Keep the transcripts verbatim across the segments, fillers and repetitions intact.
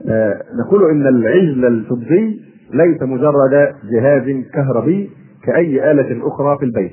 آه نقول إن العجل الفضي ليس مجرد جهاز كهربي كأي آلة أخرى في البيت،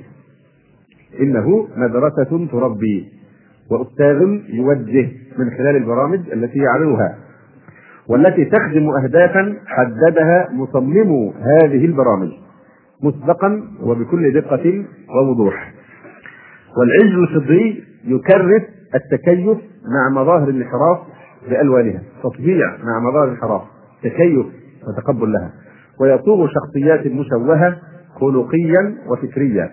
إنه مدرسة تربي وأستاذ يوجه من خلال البرامج التي يعرضها، والتي تخدم أهدافا حددها مصممو هذه البرامج مسبقا وبكل دقة ووضوح. والعجل الفضي يكرس التكيف مع مظاهر الانحراف بألوانها، تطبيع مع مظاهر الانحراف، تكيف وتقبل لها، ويصوغ شخصيات مشوهة خلقيا وفكريا،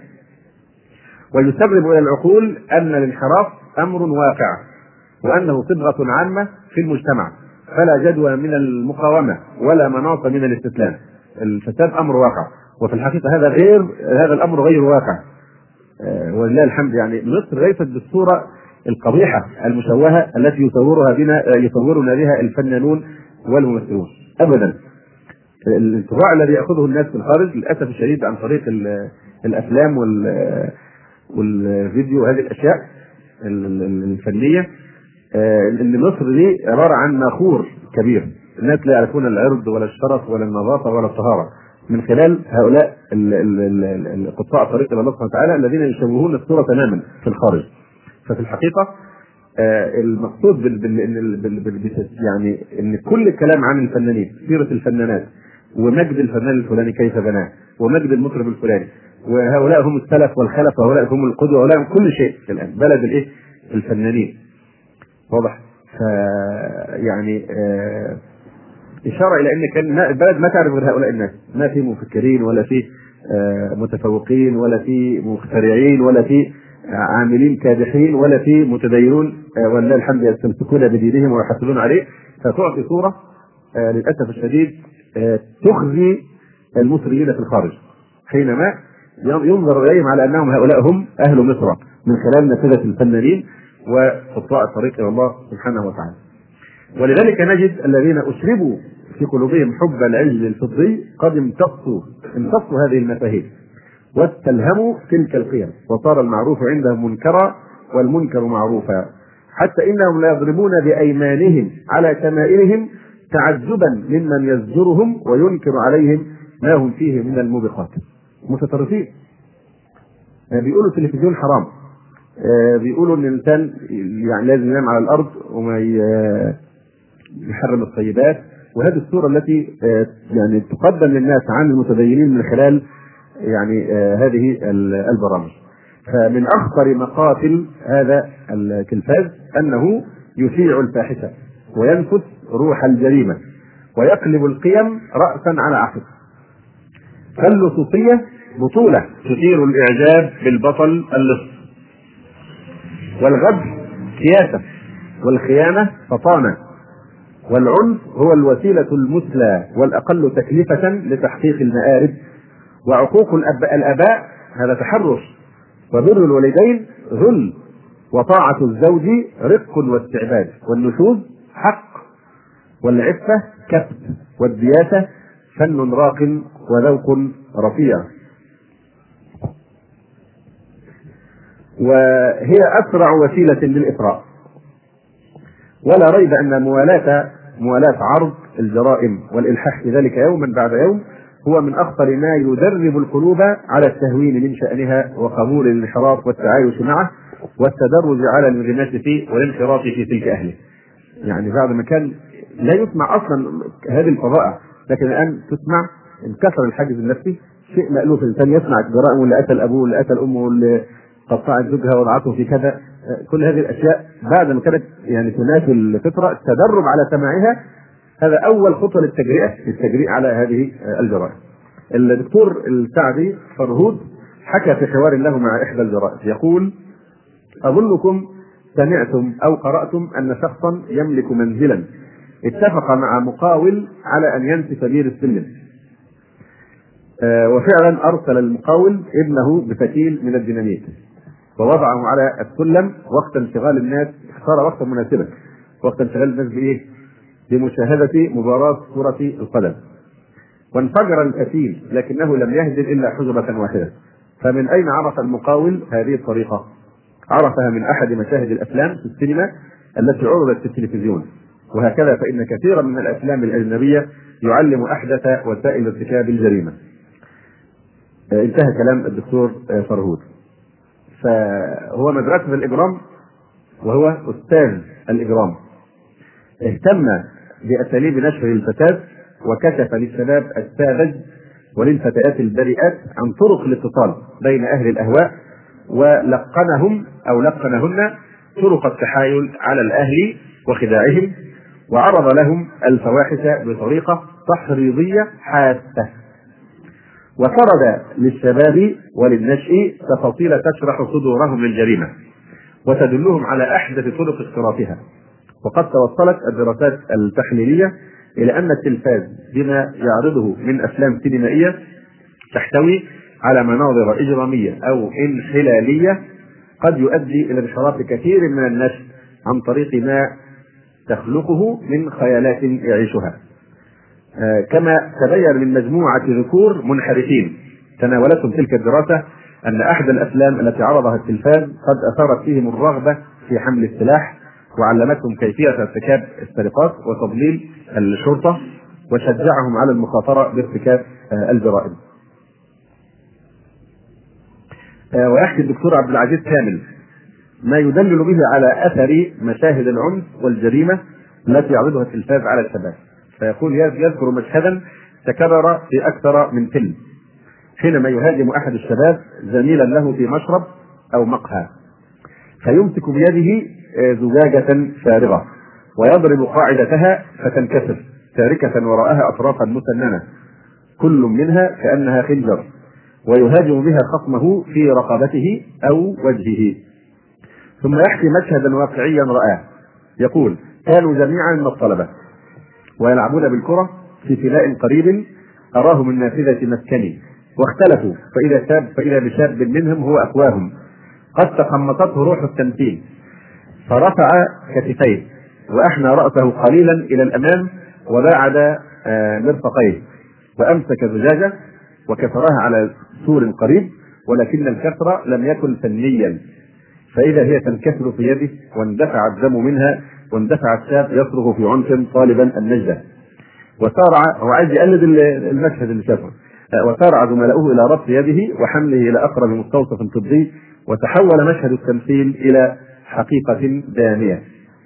ويسرب إلى العقول أن الانحراف أمر واقع وأنه صبغة عامة في المجتمع، فلا جدوى من المقاومة ولا مناص من الاستسلام. الفساد أمر واقع، وفي الحقيقة هذا غير هذا الأمر غير واقع. آه ولله الحمد. يعني مصر ليست بالصورة القبيحة المشوهة التي يصورها بنا يصورنا بها الفنانون والممثلون أبدا. الانطباع الذي يأخذه الناس في الخارج للأسف الشديد عن طريق الأفلام والفيديو وهذه الأشياء الفنية، ان مصر دي عبارة عن ناخور كبير، الناس لا يعرفون العرض ولا الشرف ولا النظافة ولا الطهارة من خلال هؤلاء قطاع الطريق الى الله سبحانه وتعالى الذين يشوهون الصورة تماما في الخارج. ففي الحقيقة المقصود بال بال بال بال يعني ان كل الكلام عن الفنانين، سيرة الفنانات، ومجد الفنان الفلاني كيف بناه، ومجد المطرب الفلاني، وهؤلاء هم السلف والخلف، وهؤلاء هم القدوة، وهؤلاء هم كل شيء الآن بلد الايه الفنانين. واضح؟ ف يعني آه إشارة إلى أن كان البلد ما تعرف غير هؤلاء الناس، ما في مفكرين ولا في آه متفوقين ولا في مخترعين ولا في عاملين كادحين ولا في متدينون آه ولله الحمد يستمسكون بدينهم ويحصلون عليه. فتعطي صورة آه للأسف الشديد آه تخزي المصريين في الخارج حينما ينظر إليهم على أنهم هؤلاء هم أهل مصر من خلال نافذة الفنانين وقطاع الطريق الى الله سبحانه وتعالى. ولذلك نجد الذين اشربوا في قلوبهم حب العجل الفضي قد امتصوا امتصوا هذه المفاهيم واستلهموا تلك القيم، وصار المعروف عندهم منكرا والمنكر معروفا، حتى انهم لا يضربون بايمانهم على شمائلهم تعجبا ممن يزجرهم وينكر عليهم ما هم فيه من الموبقات. متطرفين بيقولوا التلفزيون حرام، بيقولوا ان الانسان يعني لازم ينام على الارض وما يحرم الطيبات، وهذه الصوره التي يعني تقدم للناس عن المتدينين من خلال يعني هذه البرامج. فمن اخطر مقاتل هذا التلفاز انه يشيع الفاحشه وينفث روح الجريمه ويقلب القيم راسا على عقب. فاللصوصيه بطوله تثير الاعجاب بالبطل اللص، والغدر سياسة، والخيانة فطانة، والعنف هو الوسيلة المثلى والأقل تكلفة لتحقيق المآرب، وعقوق الآباء هذا تحرش، وبر الوالدين ذل، وطاعة الزوج رق واستعباد، والنشوز حق، والعفة كبت، والدياسة فن راق وذوق رفيع. وهي أسرع وسيلة للإثراء. ولا ريب أن موالاه موالاه عرض الجرائم والإلحاح في ذلك يوما بعد يوم هو من أخطر ما يدرب القلوب على التهوين من شأنها وقبول الانحراف والتعايش معه والتدرج على الانغماس فيه والانخراط في تلك أهله. يعني بعد ما كان لا يسمع أصلا هذه الفظائع، لكن الآن تسمع، انكسر الحاجز النفسي، شيء مألوف. الإنسان يسمع الجرائم اللي قتل أبوه واللي قتل أمه واللي قطعت زوجها وضعته في كذا، كل هذه الاشياء بعد ما كانت يعني تنافي الفطره، التدرب على سماعها هذا اول خطوه للتجرئه للتجريء على هذه الجرائم. الدكتور السعدي فرهود حكى في حوار له مع احدى الجرائم يقول: اظنكم سمعتم او قراتم ان شخصا يملك منزلا اتفق مع مقاول على ان ينسف بير السلم، وفعلا ارسل المقاول ابنه بفتيل من الديناميت ووضعه على السلم وقت انشغال الناس، اختار وقتا مناسبا، وقت انشغال الناس بايه؟ بمشاهده مباراه كره القدم، وانفجر الفتيل لكنه لم يهدم الا حجره واحده. فمن اين عرف المقاول هذه الطريقه؟ عرفها من احد مشاهد الافلام في السينما التي عرضت في التلفزيون، وهكذا فإن كثيرا من الأفلام الأجنبية يعلم أحدث وسائل ارتكاب الجريمة. انتهى كلام الدكتور فرهود. فهو مدرسة الإجرام وهو أستاذ الإجرام، اهتم بأساليب نشر الفساد وكشف للشباب الساذج وللفتيات البريئات عن طرق الاتصال بين أهل الأهواء، ولقنهم أو لقنهن طرق التحايل على الأهل وخداعهم، وعرض لهم الفواحش بطريقة تحريضية حادة، وسرد للشباب وللنشء تفاصيل تشرح صدورهم للجريمة وتدلهم على أحدث طرق اقترافها. وقد توصلت الدراسات التحليلية إلى أن التلفاز بما يعرضه من أفلام سينمائية تحتوي على مناظر إجرامية أو انحلالية قد يؤدي إلى انحراف كثير من النشء عن طريق ما تخلقه من خيالات يعيشها. آه كما تبين من مجموعة ذكور منحرفين تناولتهم تلك الدراسة أن أحد الأفلام التي عرضها التلفاز قد أثارت فيهم الرغبة في حمل السلاح، وعلمتهم كيفية ارتكاب السرقات وتضليل الشرطة، وشجعهم على المخاطرة بارتكاب آه الجرائم. آه ويحكي الدكتور عبد العزيز كامل ما يدلل به على أثر مشاهد العنف والجريمة التي يعرضها التلفاز على الشباب، فيقول يذكر مشهدا تكرر في أكثر من فيلم حينما يهاجم أحد الشباب زميلا له في مشرب أو مقهى، فيمسك بيده زجاجة فارغة ويضرب قاعدتها فتنكسر تاركة وراءها أطرافا مسننة كل منها كأنها خنجر، ويهاجم بها خصمه في رقبته أو وجهه. ثم يحكي مشهدا واقعيا رآه، يقول كانوا جميعا من الطلبة ويلعبون بالكرة في فناء قريب أراه من نافذة مسكني، واختلفوا فإذا شاب فإذا بشاب منهم هو أقواهم قد تخمطته روح التمثيل، فرفع كتفيه وأحنى رأسه قليلا إلى الأمام وباعد مرفقيه، وأمسك زجاجة وكسرها على سور قريب، ولكن الكسر لم يكن فنيا، فإذا هي تنكسر في يده واندفع الدم منها واندفع الشاب يصرخ في عنف طالبا النجدة. وسارع هو عايز يقلد المشهد اللي شافه، وسارع زملائه إلى ربط يده وحمله إلى أقرب مستوصف طبي، وتحول مشهد التمثيل إلى حقيقة دامية.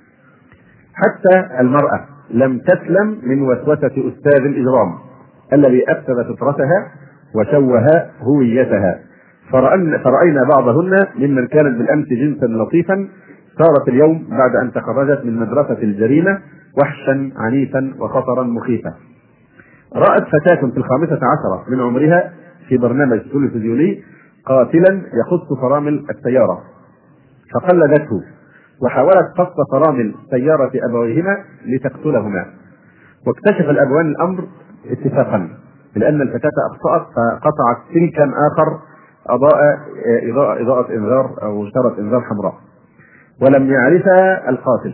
حتى المرأة لم تسلم من وسوسة أستاذ الإجرام الذي أفسد فطرتها وشوه هويتها، فرأينا بعضهن ممن كانت بالأمس جنسا لطيفا صارت اليوم بعد أن تخرجت من مدرسة الجريمة وحشا عنيفا وخطرا مخيفا. رأت فتاة في الخامسة عشرة من عمرها في برنامج تلفزيوني قاتلا يخص فرامل السيارة، فقلدته وحاولت قص فرامل سيارة أبويهما لتقتلهما، واكتشف الأبوان الأمر اتفاقا لأن الفتاة أخطأت فقطعت سلكا آخر أضاء إضاءة, إضاءة إنذار أو إشارة إنذار حمراء، ولم يعرفها القاتل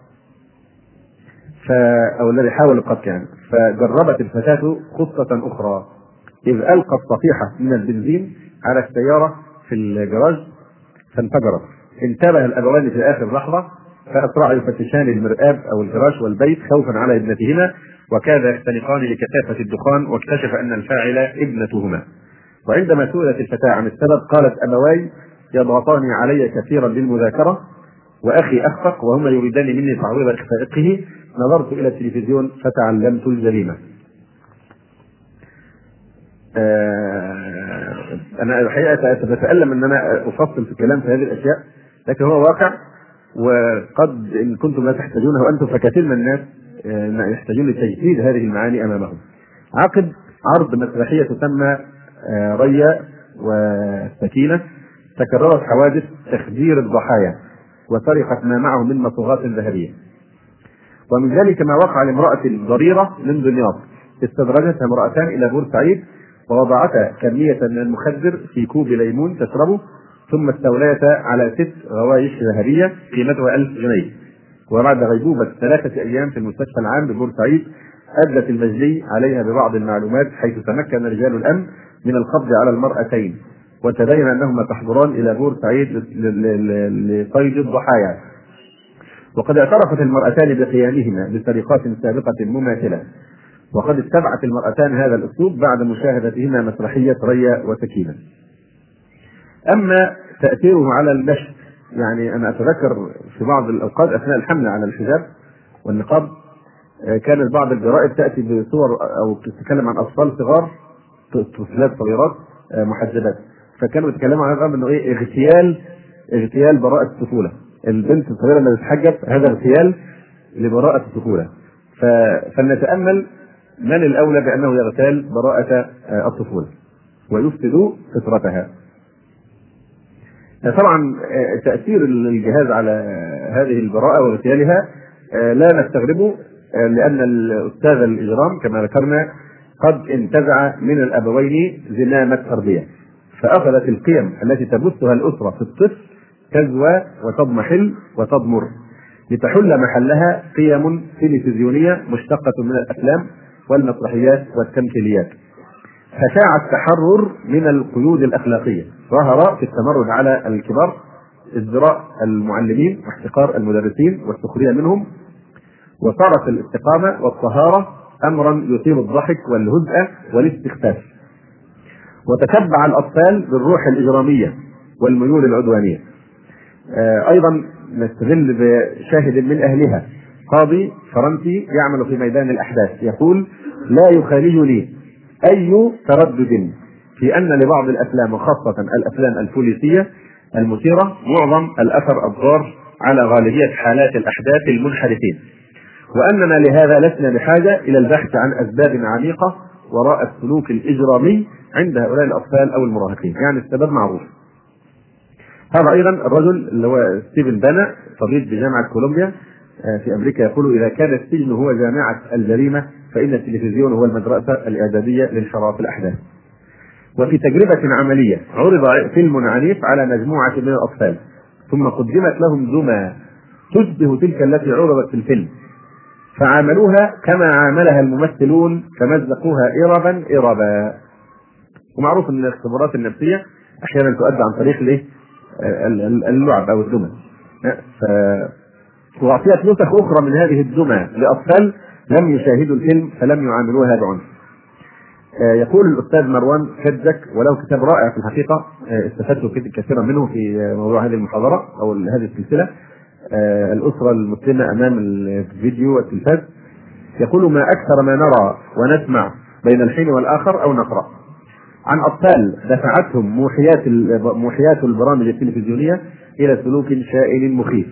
ف... أو الذي حاول القتل يعني. فجربت الفتاة خطة أخرى إذ ألقت صفيحة من البنزين على السيارة في الجراج فانفجرت. انتبه الأبوان في آخر لحظة فأسرعا يفتشان المرآب أو الفراش والبيت خوفا على ابنتهما، وكادا يختنقان لكثافة الدخان، واكتشف أن الفاعل ابنتهما. وعندما سئلت الفتاة عن السبب قالت أبواي يضغطان علي كثيرا بالمذاكرة وأخي أخفق وهما يريدان مني تعويض إخفائه، نظرت إلى التلفزيون فتعلمت الجريمة. آه أنا الحقيقة بتألم أن أنا أفصل في الكلام في هذه الأشياء، لكن هو واقع، وقد إن كنتم لا تحتاجونه وأنتم فكثير من الناس يحتاجون لتجديد هذه المعاني أمامهم. عقب عرض مسرحية تسمى ريا والسكينة تكررت حوادث تخدير الضحايا وسرقة ما معه من مصوغات ذهبية، ومن ذلك ما وقع لامرأة ضريرة من دمياط استدرجتها امرأتان إلى بورسعيد ووضعتا كمية من المخدر في كوب ليمون تشربه، ثم استوليتا على ست غوايش ذهبية قيمتها ألف جنيه. وبعد غيبوبة ثلاثة أيام في المستشفى العام ببورسعيد أدلت المجلي عليها ببعض المعلومات، حيث تمكن رجال الأمن من القبض على المرأتين، وتبين أنهما تحضران إلى بورسعيد لصيد الضحايا. وقد اعترفت المرأتان بقيامهما بسرقات سابقة مماثلة، وقد اتبعت المرأتان هذا الأسلوب بعد مشاهدتهما مسرحية ريا وسكينة. أما تأثيره على النشء، يعني أنا أتذكر في بعض الأوقات أثناء الحملة على الحجاب والنقاب كانت بعض الجرائد تأتي بصور أو تتكلم عن أطفال صغار، طفلات صغيرات محجبات، فكانوا يتكلموا عن هذا انه ايه اغتيال اغتيال براءة الطفولة. البنت الصغيرة اللي بتتحجب هذا اغتيال لبراءة الطفولة. فلنتأمل من الأولى بأنه يغتال براءة الطفولة ويفسد فطرتها. طبعا تأثير الجهاز على هذه البراءة واغتيالها لا نستغربه، لأن الأستاذ الإجرام كما ذكرنا قد انتزع من الأبوين زمام التربية، فأخذت القيم التي تبثها الأسرة في الطفل تزوى وتضمحل وتضمر لتحل محلها قيم تلفزيونية مشتقة من الأفلام والمسرحيات والتمثيليات. فشاع التحرر من القيود الأخلاقية، ظهر في التمرد على الكبار، ازدراء المعلمين واحتقار المدرسين والسخرية منهم، وصارت الاستقامة والطهارة أمرا يثير الضحك والهزء والاستخفاف. وتتبع الأطفال بالروح الإجرامية والميول العدوانية. آه أيضا نستغل بشاهد من أهلها، قاضي فرنسي يعمل في ميدان الأحداث، يقول: لا يخالجني أي تردد في أن لبعض الأفلام وخاصة الأفلام البوليسية المثيرة معظم الأثر الضار على غالبية حالات الأحداث المنحرفين، وأننا لهذا لسنا بحاجة إلى البحث عن أسباب عميقة وراء السلوك الإجرامي عند هؤلاء الأطفال أو المراهقين، يعني السبب معروف. هذا أيضا الرجل اللي هو ستيفن بانا، طبيب بجامعة كولومبيا في أمريكا، يقول: إذا كان السجن هو جامعة الجريمة فإن التلفزيون هو المدرسة الإعدادية لانحراف الأحداث. وفي تجربة عملية عرض فيلم عنيف على مجموعة من الأطفال، ثم قدمت لهم زمى تشبه تلك التي عرضت في الفيلم، فعاملوها كما عاملها الممثلون فمزقوها إربا إربا. ومعروف أن الاختبارات النفسية أحيانا تؤدى عن طريق الايه اللعب أو الدمى، وأعطيت نسخ أخرى من هذه الدمى لأطفال لم يشاهدوا الفيلم فلم يعاملوها بعنف. يقول الأستاذ مروان كجك، وله كتاب رائع في الحقيقة استفدت كثيرا منه في موضوع هذه المحاضرة أو هذه السلسلة، الأسرة المسلمة أمام الفيديو والتلفاز. يقول: ما أكثر ما نرى ونسمع بين الحين والآخر أو نقرأ عن أطفال دفعتهم موحيات موحيات البرامج التلفزيونية إلى سلوك شائن مخيف،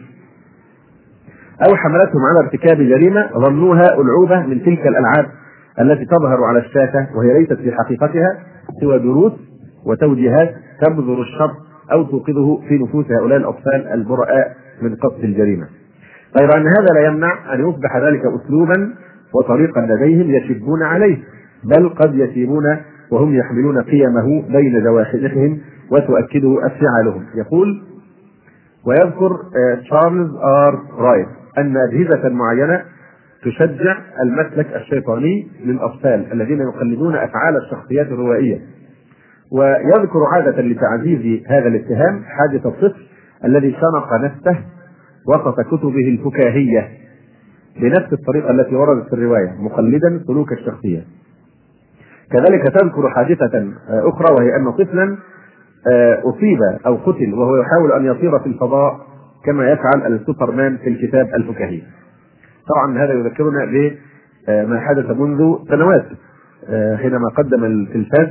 أو حملتهم على ارتكاب جريمة ظنوها ألعوبة من تلك الألعاب التي تظهر على الشاشة وهي ليست في حقيقتها سوى دروس وتوجيهات تبذر الشر أو توقظه في نفوس هؤلاء الأطفال البرآء من قصد الجريمة، غير أن هذا لا يمنع أن يصبح ذلك أسلوبا وطريقا لديهم يشبون عليه، بل قد يسيرون وهم يحملون قيمه بين جوارحهم وتؤكده أفعالهم. يقول: ويذكر تشارلز آر رايت أن أجهزة معينة تشجع المسلك الشيطاني للأطفال الذين يقلدون أفعال الشخصيات الروائية، ويذكر عادة لتعزيز هذا الاتهام حادث الطفل الذي شنق نفسه وسط كتبه الفكاهية بنفس الطريقة التي وردت في الرواية مقلدا سلوك الشخصية. كذلك تذكر حادثة أخرى، وهي أن طفلا أصيب أو قتل وهو يحاول أن يطير في الفضاء كما يفعل السوبرمان في الكتاب الفكاهي. طبعا هذا يذكرنا بما حدث منذ سنوات حينما قدم التلفاز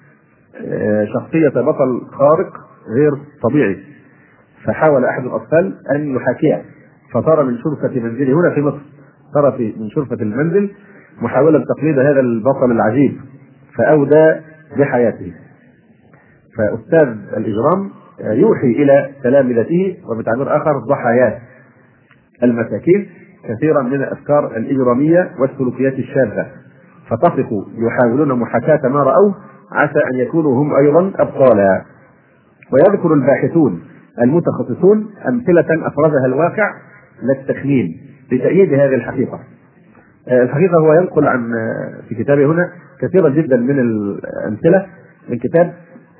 شخصية بطل خارق غير طبيعي، فحاول أحد الأطفال أن يحاكيه، فطار من شرفة منزله هنا في مصر، طار من شرفة المنزل محاولة تقليد هذا البطل العجيب فأودى بحياته. فأستاذ الإجرام يوحي إلى تلامذته وبتعبير آخر ضحاياه المساكين كثيرا من الأفكار الإجرامية والسلوكيات الشاذة، فتصف يحاولون محاكاة ما رأوه عسى أن يكونوا هم أيضا أبطالا. ويذكر الباحثون المتخصصون أمثلة أفرزها الواقع للتخمين لتأييد هذه الحقيقة. الحقيقة هو ينقل عن في كتابه هنا كثيرا جدا من الأمثلة من كتاب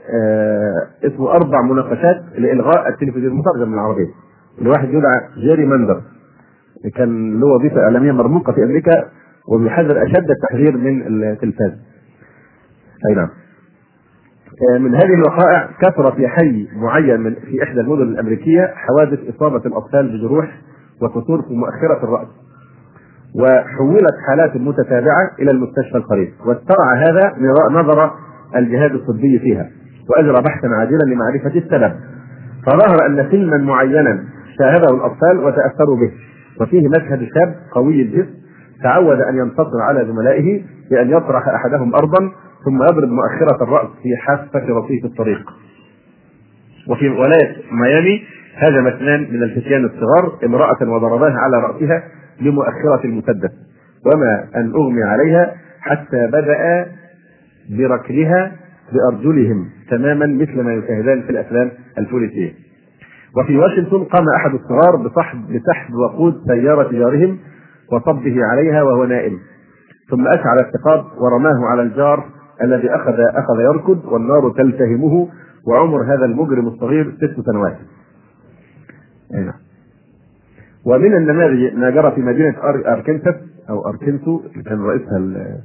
اسمه أربع مناقشات لإلغاء التلفزيون، مترجم من العربية، لواحد يدعى جيري ماندر. كان له وظيفه اعلاميه مرموقه في امريكا وبيحذر اشد التحذير من التلفاز. اي نعم. من هذه الوقائع كثر في حي معين من في احدى المدن الامريكيه حوادث اصابه الاطفال بجروح وكسور في مؤخره الراس، وحولت حالات متتابعه الى المستشفى القريب، واسترعى هذا نظر الجهاز الطبي فيها واجرى بحثا عاجلا لمعرفه السبب، فظهر ان فيلما معينا شاهده الاطفال وتاثروا به، وفيه مشهد شاب قوي الجسم تعود ان ينتصر على زملائه بان يطرح احدهم ارضا ثم يضرب مؤخره الراس في حافه رصيف الطريق. وفي ولايه ميامي هاجم اثنان من الفتيان الصغار امراه وضرباها على راسها بمؤخره المسدس، وما ان اغمي عليها حتى بدا بركلها بارجلهم تماما مثل ما يشاهدان في الافلام البوليسيه. وفي واشنطن قام احد الصغار بسحب بسحب وقود سياره جارهم وصبه عليها وهو نائم، ثم اشعل الثقاب ورماه على الجار الذي اخذ اخذ يركض والنار تلتهمه، وعمر هذا المجرم الصغير ست سنوات. هنا. ومن النماذج ما جرى في مدينه اركنساس او اركنسو كان رئيسها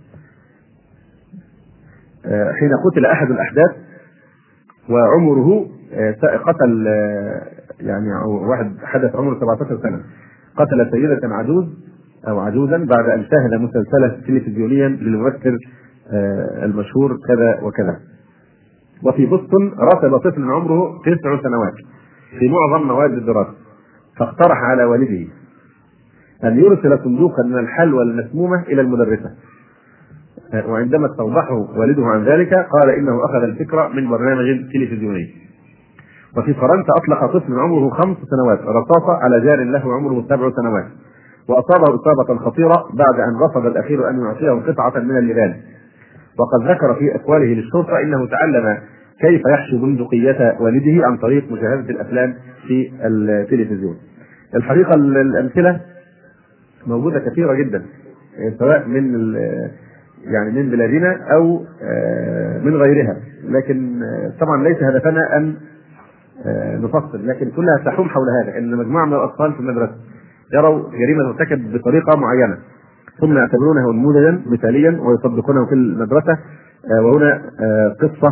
حين قتل احد الاحداث وعمره قتل يعني واحد حدث عمره سبعة عشر سنه، قتل سيده عجوز او عجوزا بعد ان شاهد مسلسلا تلفزيونيا للممثل المشهور كذا وكذا. وفي بوسطن رسب طفل عمره تسع سنوات في معظم مواد الدراسه، فاقترح على والده ان يرسل صندوقا من الحلوى المسمومه الى المدرسه، وعندما استوضحه والده عن ذلك قال انه اخذ الفكره من برنامج تلفزيوني. وفي فرنسا اطلق طفل عمره خمس سنوات رصاصه على جار له عمره سبع سنوات، واصابه اصابه خطيره بعد ان رفض الاخير ان يعطيه قطعه من اللبان. وقد ذكر في اقواله للشرطه انه تعلم كيف يحشو بندقية والده عن طريق مشاهده الافلام في التلفزيون. الحقيقه الامثله موجوده كثيره جدا سواء من يعني من بلادنا او من غيرها، لكن طبعا ليس هدفنا ان نفصل، لكن كلها تحوم حول هذا، ان مجموعه من الاطفال في المدرسه يروا جريمه ترتكب بطريقه معينه ثم يعتبرونه نموذجا مثاليا ويطبقونه في المدرسه. وهنا قصه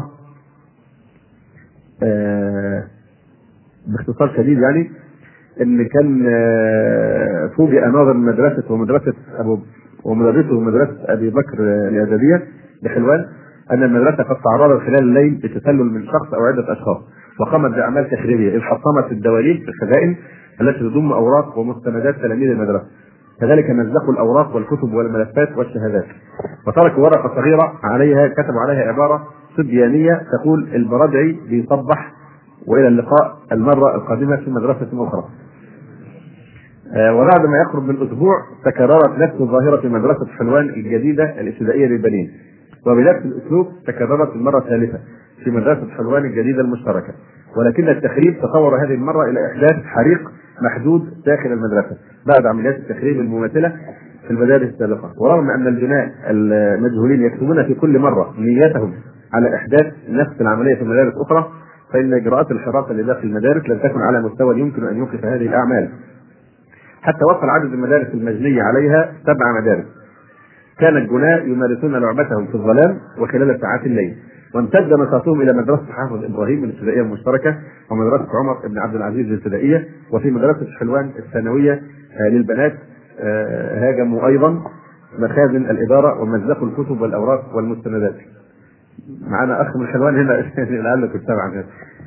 باختصار شديد يعني ان كان فوجئ ناظر مدرسه ومدرسه ابو ومدرسه مدرسه ابي بكر الاعداديه بحلوان ان المدرسه قد تعرضت خلال الليل لتسلل من شخص او عده اشخاص، وقامت باعمال تخريبيه اذ حطمت الدواليب في الخزائن التي تضم اوراق ومستندات تلاميذ المدرسه، كذلك مزقوا الاوراق والكتب والملفات والشهادات، وتركوا ورقه صغيره عليها كتبوا عليها عباره صبيانيه تقول البرادعي بيصبح والى اللقاء المره القادمه في مدرسه اخرى. وبعد ما يقرب من اسبوع تكررت نفس الظاهره في مدرسه حلوان الجديده الابتدائيه للبنين، وبنفس الاسلوب تكررت المره الثالثه في مدرسه حلوان الجديده المشتركه، ولكن التخريب تطور هذه المره الى احداث حريق محدود داخل المدرسه بعد عمليات التخريب المماثله في المدارس السابقه. ورغم ان الجناة المجهولين يكتبون في كل مره نيتهم على احداث نفس العمليه في مدارس اخرى، فان اجراءات الحراسه اللي داخل المدارس لم تكن على مستوى يمكن ان يوقف هذه الاعمال، حتى وصل عدد المدارس المجنيه عليها سبع مدارس. كان الجناة يمارسون لعبتهم في الظلام وخلال ساعات الليل، وامتد نشاطهم الى مدرسه حافظ ابراهيم الابتدائيه المشتركه ومدرسه عمر بن عبد العزيز الابتدائيه، وفي مدرسه حلوان الثانويه للبنات هاجموا ايضا مخازن الاداره ومزقوا الكتب والاوراق والمستندات. معنا اخ من حلوان هنا لعله كنت سامع.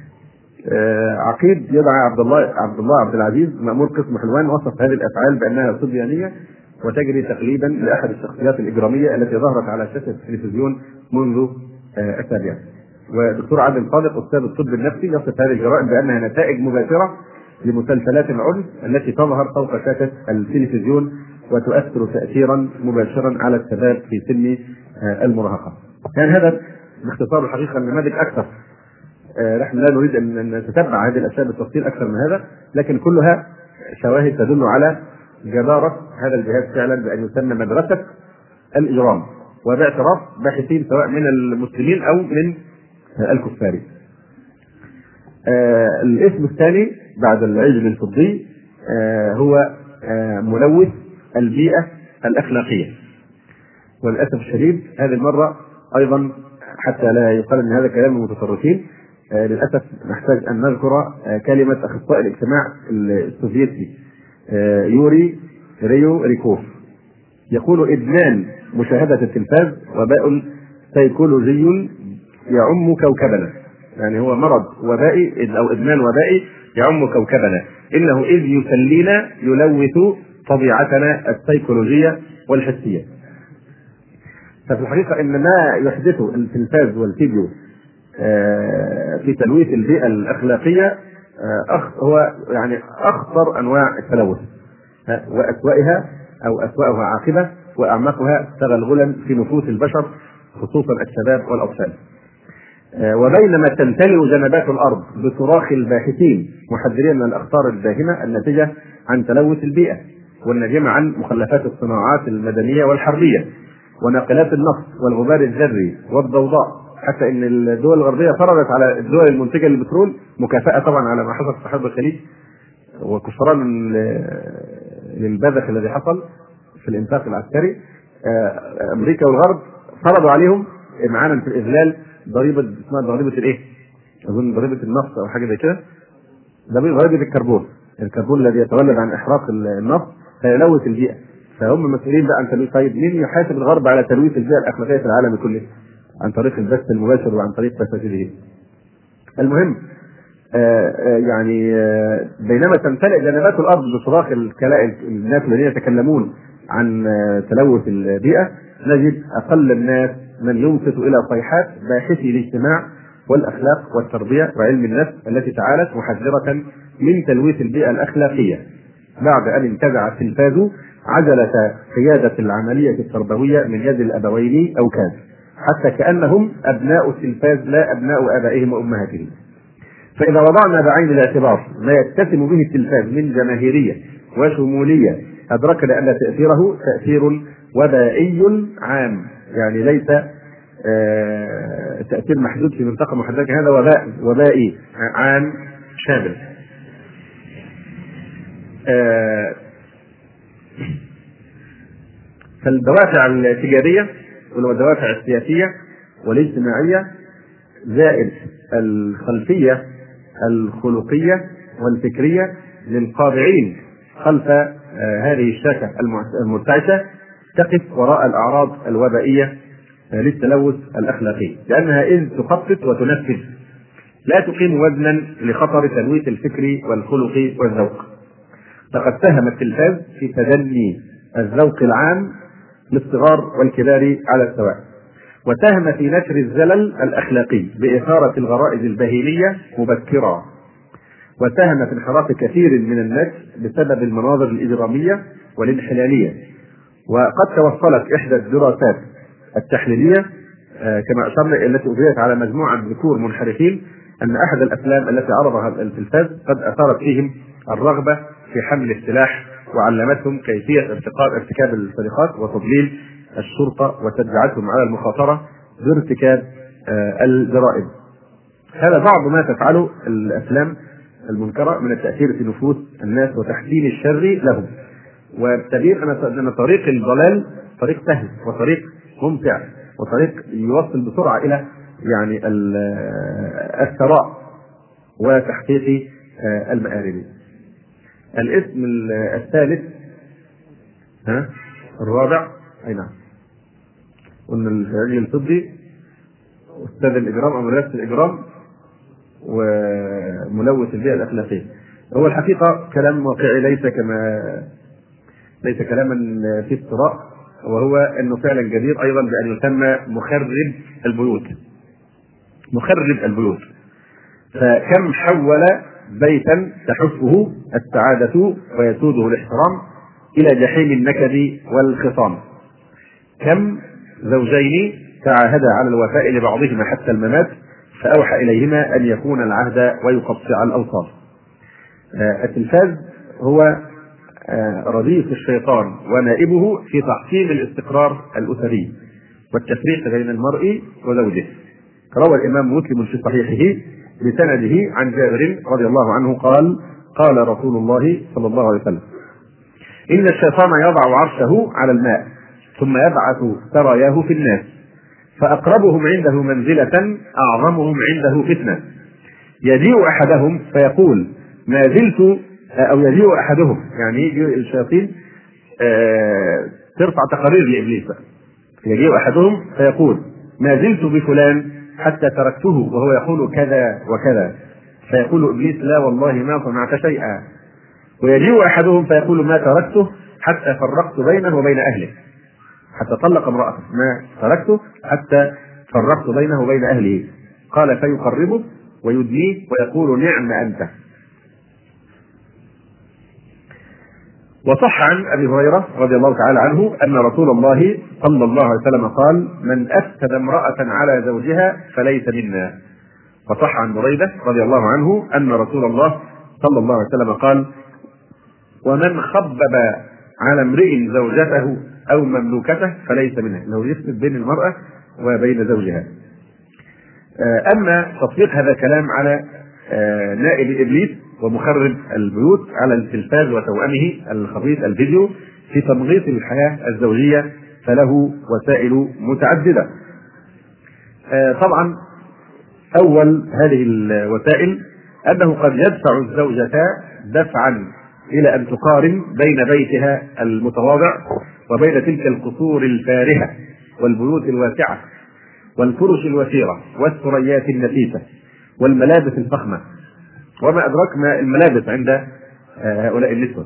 عقيد يدعى عبد الله عبد الله عبد العزيز مأمور قسم حلوان وصف هذه الافعال بانها صبيانيه وتجري تقليدا لاحد الشخصيات الاجراميه التي ظهرت على شاشه التلفزيون منذ اسابيع. ودكتور عادل صادق استاذ الطب النفسي يصف هذه الجرائم بانها نتائج مباشره لمسلسلات العنف التي تظهر فوق شاشه التلفزيون وتؤثر تاثيرا مباشرا على الشباب في سن المراهقه. كان هذا باختصار الحقيقه النماذج اكثر، نحن لا نريد ان نتتبع هذه الاشياء بالتفصيل اكثر من هذا، لكن كلها شواهد تدل على جداره هذا الجهاز فعلا بان يسمى مدرسه الاجرام، وباعتراف باحثين سواء من المسلمين او من الكفار. آه الاسم الثاني بعد العجل الفضي آه هو ملوث البيئة الأخلاقية. وللأسف الشديد هذه المرة أيضا حتى لا يقال أن هذا كلام المتطرفين، للأسف نحتاج أن نذكر كلمة أخصائي الاجتماع السوفيتي يوري ريو ريكوف، يقول: إدمان مشاهدة التلفاز وباء سيكولوجي يعم كوكبنا. يعني هو مرض وبائي أو إدمان وبائي يعم كوكبنا، إنه إذ يسلينا يلوث طبيعتنا السيكولوجية والحسية. ففي الحقيقة إن ما يحدثه التلفاز والفيديو في تلويث البيئة الأخلاقية هو يعني أخطر أنواع التلوث وأسوأها أو أسوأها عاقبة وأعمقها تغلغلا في نفوس البشر خصوصا الشباب والأطفال. وبينما تمتلئ جنبات الأرض بصراخ الباحثين محذرين من الأخطار الداهمة الناتجة عن تلوث البيئة والناجمة عن مخلفات الصناعات المدنية والحربية وناقلات النفط والغبار الذري والضوضاء، حتى ان الدول الغربيه فرضت على الدول المنتجه للبترول مكافاه طبعا على ما حصل في حرب الخليج وكفران للبذخ الذي حصل في الانفاق العسكري. امريكا والغرب فرضوا عليهم امعانا في الاذلال ضريبه اسمها ضريبه الايه؟ اظن ضريبه النفط او حاجه زي كده، ضريبه الكربون، الكربون الذي يتولد عن احراق النفط فيلوث البيئه. فهم مسؤولين بقى عن تلويث. طيب مين يحاسب الغرب على تلويث البيئه الاخلاقيه في العالم كله؟ عن طريق البث المباشر وعن طريق فساتينه. المهم آآ آآ يعني آآ بينما تمتلئ جنبات الارض بصراخ الناس الذين يتكلمون عن تلوث البيئه، نجد اقل الناس من ينصت الى صيحات باحثي الاجتماع والاخلاق والتربيه وعلم النفس التي تعالت محذره من تلويث البيئه الاخلاقيه بعد ان انتزع التلفاز عجله قياده العمليه التربويه من يد الابوين او كان، حتى كأنهم أبناء التلفاز لا أبناء آبائهم وأمهاتهم. فإذا وضعنا بعين الاعتبار ما يتسم به التلفاز من جماهيرية وشمولية، أدركنا أن تأثيره تأثير وبائي عام، يعني ليس تأثير محدود في منطقة محددة، هذا وباء وبائي عام شامل. فالدوافع التجارية والدوافع السياسية والاجتماعية زائد الخلفية الخلقية والفكرية للقابعين خلف هذه الشاكة المرتعشة تقف وراء الأعراض الوبائية للتلوث الأخلاقي، لأنها إذ تخطط وتنفذ لا تقيم وزنا لخطر تلويث الفكر والخلق والذوق. لقد ساهم التلفاز في تدني الذوق العام للصغار والكبار على السواء، وساهم في نشر الزلل الأخلاقي بإثارة الغرائز البهيمية مبكرا، وساهم في انحراف كثير من الناس بسبب المناظر الإجرامية والانحلالية. وقد توصلت إحدى الدراسات التحليلية كما أشرنا التي أجريت على مجموعة ذكور منحرفين أن أحد الأفلام التي عرضها التلفاز قد أثارت فيهم الرغبة في حمل السلاح، وعلمتهم كيفية ارتكاب السرقات وتضليل الشرطة وتشجعتهم على المخاطرة بارتكاب الجرائم. هذا بعض ما تفعله الأفلام المنكرة من التأثير في نفوس الناس وتحسين الشر لهم، والتبين أن طريق الضلال طريق سهل وطريق ممتع وطريق يوصل بسرعة إلى يعني الثراء وتحقيق المآرب. الاسم الثالث ها الرابع أي نعم قلنا العلم الطبي أستاذ الإجرام أو مدرسة الإجرام وملوث البيئة الأخلاقية. هو الحقيقة كلام واقعي ليس كما ليس كلاما في افتراء، وهو أنه فعلا جدير أيضا بأن يسمى مخرب البيوت. مخرب البيوت، فكم حول بيتا تحفه السعادة ويسوده الاحترام إلى جحيم النكد والخصام. كم زوجين تعاهدا على الوفاء لبعضهما حتى الممات فأوحى إليهما أن يكون العهد ويقطع الأوصال. التلفاز هو رديف الشيطان ونائبه في تحطيم الاستقرار الأسري والتفريق بين المرء وزوجه. روى الإمام مسلم في صحيحه بسنده عن جابر رضي الله عنه قال: قال رسول الله صلى الله عليه وسلم: إن الشيطان يضع عرشه على الماء ثم يبعث سراياه في الناس، فأقربهم عنده منزلة أعظمهم عنده فتنة، يجيء أحدهم فيقول ما زلت، أو يجيء أحدهم، يعني يجي الشياطين آه ترفع تقارير لإبليس، يجيء أحدهم فيقول ما زلت بفلان حتى تركته وهو يقول كذا وكذا، فيقول إبليس لا والله ما صنعت شيئا. ويجيء أحدهم فيقول ما تركته حتى فرقت بينه وبين أهله، حتى طلق امرأته، ما تركته حتى فرقت بينه وبين أهله. قال فيقربه ويدنيه ويقول نعم أنت. وصح عن أبي هريرة رضي الله تعالى عنه أن رسول الله صلى الله عليه وسلم قال من أفسد امرأة على زوجها فليس منا. وصح عن بريدة رضي الله عنه أن رسول الله صلى الله عليه وسلم قال ومن خبب على امرئ زوجته أو مملوكته فليس منها، لو يفسد بين المرأة وبين زوجها. أما تطبيق هذا الكلام على نائب إبليس ومخرب البيوت على التلفاز وتوأمه الخبيث الفيديو في تمغيط الحياة الزوجية فله وسائل متعددة. طبعا أول هذه الوسائل أنه قد يدفع الزوجة دفعا إلى أن تقارن بين بيتها المتواضع وبين تلك القصور الفارهة والبيوت الواسعة والفرش الوثيرة والثريات النفيسة والملابس الفخمة وما أدراك ما الملابس عند هؤلاء النسوة،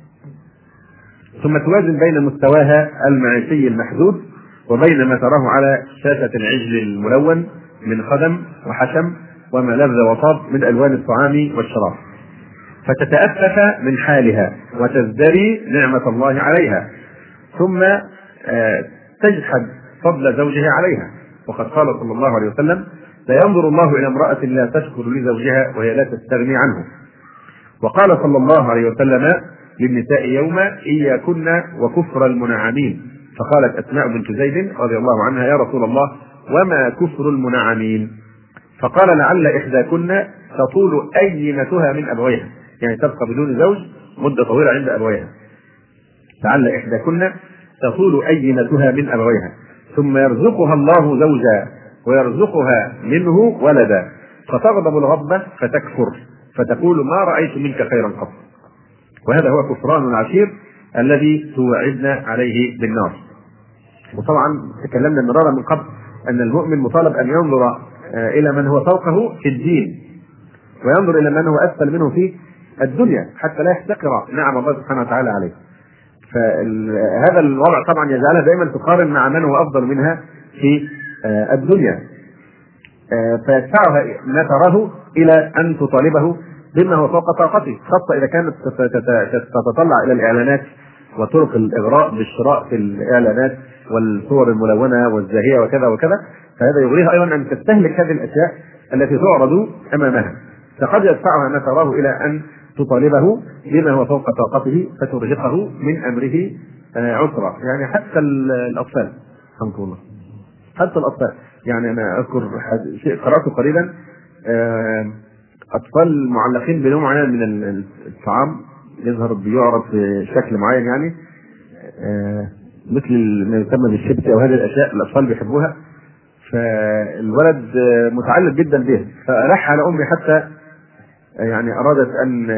ثم توازن بين مستواها المعيشي المحدود وبين ما تراه على شاشة العجل الملون من خدم وحشم وما لذ وطاب من ألوان الطعام والشراب، فتتأفف من حالها وتزدري نعمة الله عليها، ثم تجحد فضل زوجها عليها. وقد قال صلى الله عليه وسلم لا ينظر الله إلى امرأة لا تشكر لزوجها وهي لا تستغني عنه. وقال صلى الله عليه وسلم للنساء يوما إياكن وكفر المنعمين، فقالت أسماء بنت زيد رضي الله عنها يا رسول الله وما كفر المنعمين؟ فقال لعل إحداكن تطول أيمتها من أبويها، يعني تبقى بدون زوج مدة طويلة عند أبويها، لعل إحداكن تطول أيمتها من أبويها ثم يرزقها الله زوجا ويرزقها منه ولدا فتغضب الغضبة فتكفر فتقول ما رأيت منك خيرا قط. وهذا هو كفران العشير الذي توعدنا عليه بالنار. وطبعا تكلمنا مرارا من قبل أن المؤمن مطالب أن ينظر إلى من هو فوقه في الدين وينظر إلى من هو أسفل منه في الدنيا حتى لا يحتقر نعم الله سبحانه وتعالى عليه. فهذا الوضع طبعا يجعلها دائما تقارن مع من هو أفضل منها في الدنيا، فيدفعها ما تراه إلى أن تطالبه بما هو فوق طاقته، خاصة إذا كانت تتطلع إلى الإعلانات وطرق الإغراء بالشراء في الإعلانات والصور الملونة والزاهية وكذا وكذا، فهذا يغريها أيضا أن تستهلك هذه الأشياء التي تعرض أمامها، فقد يدفعها ما تراه إلى أن تطالبه بما هو فوق طاقته فترهقه من أمره عسرا. يعني حتى الأطفال الحمد لله، حتى الأطفال، يعني أنا أذكر شيء قرأته قريبا، أطفال معلقين بنوع معين من الطعام يظهر بيعرض في شكل معين، يعني مثل ما يسمى بالشيبسي أو هذه الأشياء الأطفال بيحبوها، فالولد متعلق جدا بها، فألح على أمي حتى يعني أرادت أن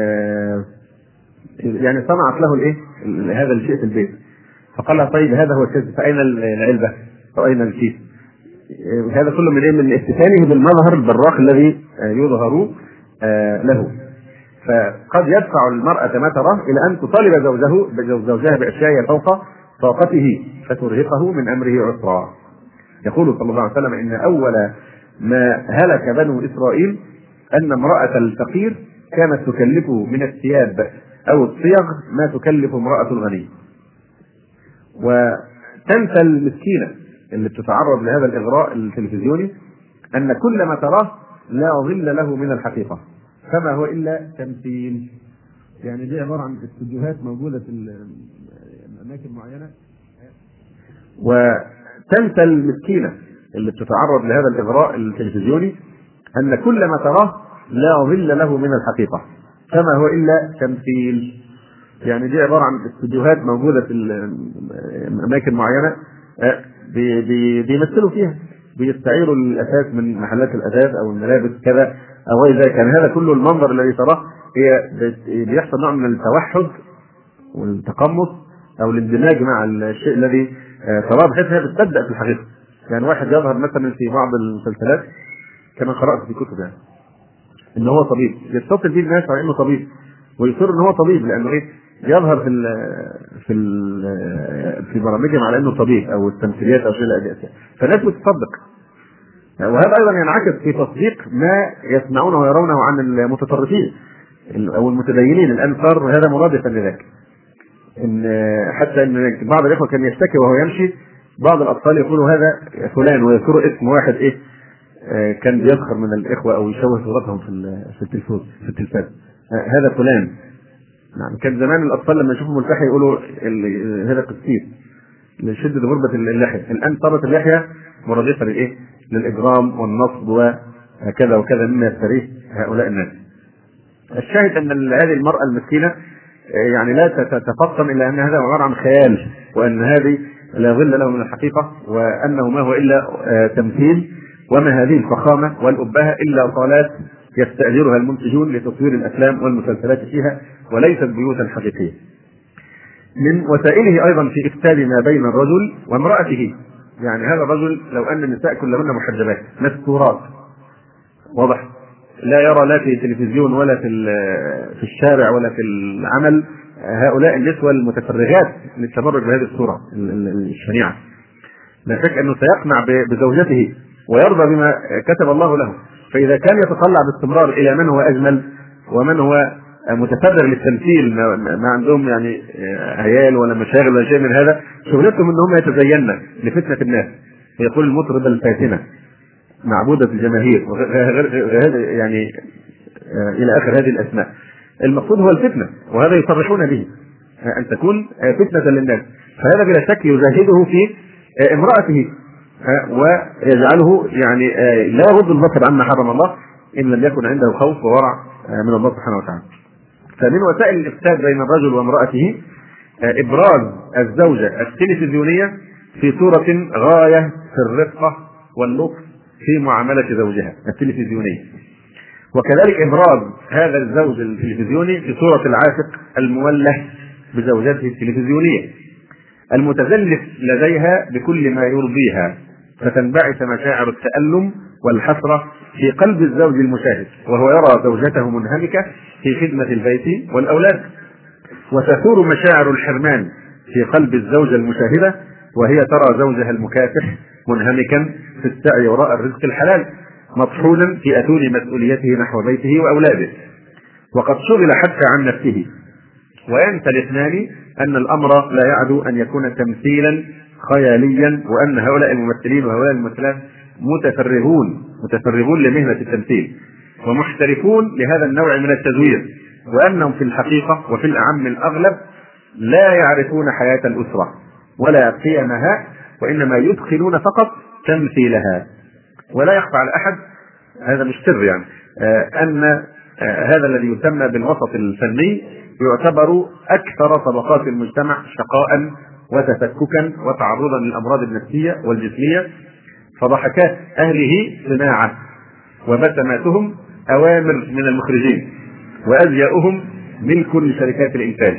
يعني صنعت له الإيه هذا الشيء في البيت، فقال لها طيب هذا هو الكيس فأين العلبة أو أين الكيس؟ هذا كله من إيه؟ من استثانه بالمظهر البراق الذي يظهر له. فقد يدفع المرأة ما تراه إلى أن تطالب زوجه زوجها بأشياء فوق طاقته فترهقه من أمره عسرا. يقول صلى الله عليه وسلم إن أول ما هلك بنو إسرائيل أن امرأة الفقير كانت تكلف من الثياب أو الصيغ ما تكلف امرأة الغني، وتنسى المسكينة اللي بتتعرض لهذا الإغراء التلفزيوني أن كل ما تراه لا ظل له من الحقيقة فما هو إلا تمثيل. يعني دي عبارة عن استوديوهات موجودة في أماكن معينة، وتنسى المسكينة اللي بتتعرض لهذا الإغراء التلفزيوني أن كل ما تراه لا ظل له من الحقيقة فما هو إلا تمثيل. يعني دي عباره عن استديوهات موجوده في اماكن معينه بي بي بيمثلوا فيها، بيستعيروا الاساس من محلات الاثاث او الملابس كذا او غير ذلك. يعني هذا كله المنظر الذي تراه هي بيحصل نوع من التوحد والتقمص او الاندماج مع الشيء الذي تراه، بحيث هي بتصدق في الحقيقه. يعني واحد يظهر مثلا في بعض المسلسلات كما قرات في كتب يعني ان هو طبيب، يتصل بيه الناس على انه طبيب ويصر ان هو طبيب، لانه ايه يظهر في ال في ال في برامجهم على انه طبيب او التمثيليات او شيء لا يأتي، فالناس بتصدق. وهذا ايضا ينعكس في تصديق ما يسمعونه ويرونه عن المتطرفين او المتدينين. الان صار هذا مرادفا لذلك، ان حتى ان بعض الاخوه كان يشتكي وهو يمشي بعض الاطفال يقولوا هذا فلان ويذكروا اسم واحد ايه كان بيسخر من الاخوه او يشوه صورتهم في في التلفاز في التلفاز هذا فلان. نعم، كان زمان الاطفال لما يشوفوا ملتحي يقولوا هذا قسيس لشده غربه اللحيه. الان صارت اللحيه مرادفه للايه؟ للاجرام والنصب وكذا وكذا مما يفتريه هؤلاء الناس. الشاهد ان هذه المراه المسكينه يعني لا تتفطن الا ان هذا عباره عن خيال، وان هذه لا ظل له من الحقيقه، وانه ما هو الا تمثيل، وما هذه الفخامه والابهه الا صالات يستاجرها المنتجون لتصوير الافلام والمسلسلات فيها، وليست بيوتا حقيقيه. من وسائله ايضا في افساد ما بين الرجل وامراته. يعني هذا الرجل لو ان النساء كلهن محجبات مستورات واضح، لا يرى لا في التلفزيون ولا في في الشارع ولا في العمل هؤلاء النسوة المتفرغات للتبرج بهذه الصورة الشنيعة، لا شك انه سيقنع بزوجته ويرضى بما كتب الله له. فاذا كان يتطلع باستمرار الى من هو اجمل ومن هو متفرغ للتمثيل، ما عندهم يعني عيال ولا مشاغل ولا شيء من هذا، شغلتهم ان هم يتزينن لفتنة الناس. يقول المطربة الفاتنة معبودة الجماهير وغير يعني الى اخر هذه الاسماء. المقصود هو الفتنة، وهذا يصرحون به ان تكون فتنة للناس. فهذا بلا شك يزهده في امرأته ويجعله يعني لا يغض البصر عما حرم الله ان لم يكن عنده خوف وورع من الله سبحانه وتعالى. فمن وسائل الافساد بين الرجل وامرأته ابراز الزوجة التلفزيونية في صورة غاية في الرقة واللطف في معاملة زوجها التلفزيونية، وكذلك ابراز هذا الزوج التلفزيوني في صورة العاشق الموله بزوجته التلفزيونية المتزلف لديها بكل ما يرضيها، فتنبعث مشاعر التألم والحسرة في قلب الزوج المشاهد وهو يرى زوجته منهمكة في خدمة البيت والأولاد، وتثور مشاعر الحرمان في قلب الزوجة المشاهدة وهي ترى زوجها المكافح منهمكا في السعي وراء الرزق الحلال مطحونا في أتون مسؤوليته نحو بيته وأولاده، وقد شغل حتى عن نفسه. وينسى الاثنان أن الأمر لا يعدو أن يكون تمثيلا خياليا، وأن هؤلاء الممثلين وهؤلاء الممثلات متفرغون متفرغون لمهنة التمثيل ومحترفون لهذا النوع من التزوير، وأنهم في الحقيقة وفي الأعم الأغلب لا يعرفون حياة الأسرة ولا قيمها، وإنما يدخلون فقط تمثيلها. ولا يخفى على أحد، هذا مش سر يعني، أن هذا الذي يسمى بالوسط الفني يعتبر أكثر طبقات المجتمع شقاء وتفككا وتعرضا للأمراض النفسية والجسمية، فضحكات أهله صناعة وبسماتهم أوامر من المخرجين وأزياؤهم ملك لشركات الإنتاج.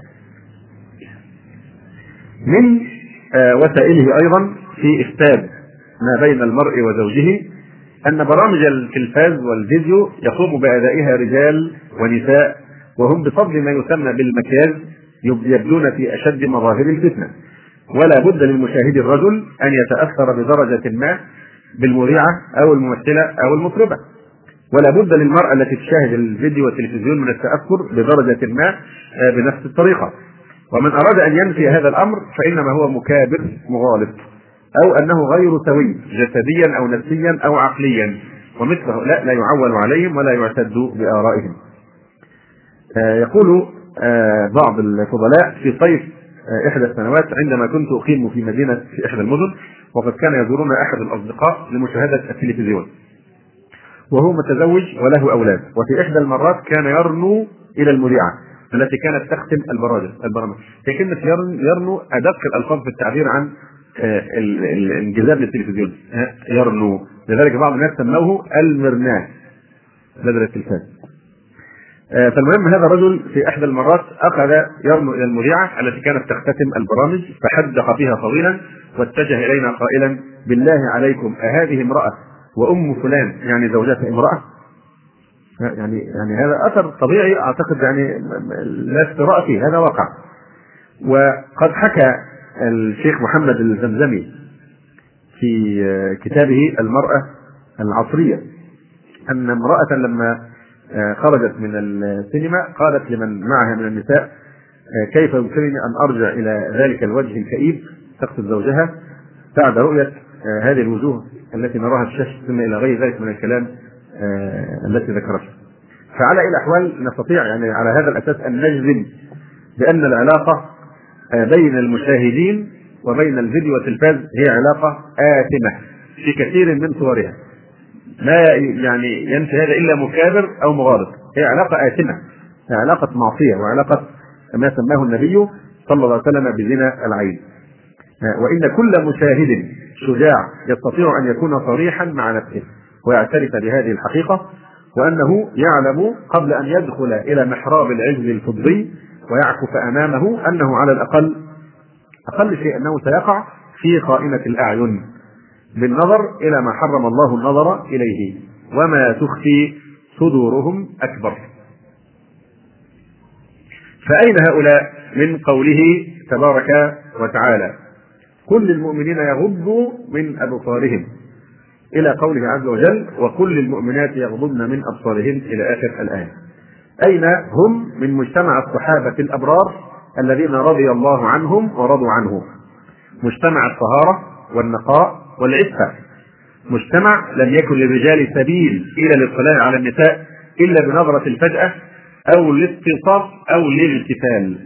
من وسائله أيضا في إفساد ما بين المرء وزوجه أن برامج التلفاز والفيديو يقوم بأدائها رجال ونساء، وهم بفضل ما يسمى بالمكياج يبدون في أشد مظاهر الفتنة. ولا بد للمشاهد الرجل أن يتأثر بدرجة ما بالمذيعة أو الممثلة أو المطربة، ولا بد للمرأة التي تشاهد الفيديو والتلفزيون من التأثر بدرجة ما بنفس الطريقة. ومن أراد أن ينفي هذا الأمر فإنما هو مكابر مغالط، أو أنه غير سوي جسديا أو نفسيا أو عقليا، ومثل هؤلاء لا يعول عليهم ولا يعتد بآرائهم. يقول بعض الفضلاء في صيف إحدى السنوات عندما كنت أقيم في مدينة في إحدى المدن، وقد كان يزورنا أحد الأصدقاء لمشاهدة التلفزيون وهو متزوج وله أولاد، وفي إحدى المرات كان يرنو إلى المذيعة التي كانت تختم البرامج البرامج هي كلمة يرنو أدق الألفاظ في التعبير عن الانجذاب للتلفزيون. يرنو، لذلك بعض الناس سموه المرناه بدل التلفاز. فالمهم هذا الرجل في احدى المرات اخذ يرنو الى المذيعه التي كانت تختتم البرامج فحدق فيها طويلا واتجه الينا قائلا: بالله عليكم اهذه امراه وام فلان، يعني زوجته امراه؟ يعني يعني هذا اثر طبيعي اعتقد، يعني لا استراء فيه، هذا واقع. وقد حكى الشيخ محمد الزمزمي في كتابه المرأة العصرية أن امرأة لما خرجت من السينما قالت لمن معها من النساء: كيف يمكنني أن أرجع إلى ذلك الوجه الكئيب، تقصد زوجها، بعد رؤية هذه الوجوه التي نراها في الشاشة، ثم إلى غير ذلك من الكلام التي ذكرتها. فعلى أي الأحوال نستطيع يعني على هذا الأساس أن نجزم بأن العلاقة بين المشاهدين وبين الفيديو والتلفاز هي علاقة آثمة في كثير من صورها، ما يعني ينفي هذا إلا مكابر أو مغالط. هي علاقة آثمة، هي علاقة معصية، وعلاقة ما سماه النبي صلى الله عليه وسلم بزنا العين. وإن كل مشاهد شجاع يستطيع أن يكون صريحا مع نفسه ويعترف بهذه الحقيقة، وأنه يعلم قبل أن يدخل إلى محراب العجل الفضي ويعكف أمامه أنه على الأقل أقل شيء أنه سيقع في خائنة الأعين بالنظر إلى ما حرم الله النظر إليه، وما تخفي صدورهم أكبر. فأين هؤلاء من قوله تبارك وتعالى: كل المؤمنين يغضوا من أبصارهم، إلى قوله عز وجل: وكل المؤمنات يغضضن من أبصارهن، إلى آخر الآية. أين هم من مجتمع الصحابة الأبرار الذين رضي الله عنهم ورضوا عنه؟ مجتمع الطهارة والنقاء والعفة، مجتمع لم يكن للرجال سبيل إلى الاطلاع على النساء إلا بنظرة الفجأة أو الاستلطاف أو الالتفال.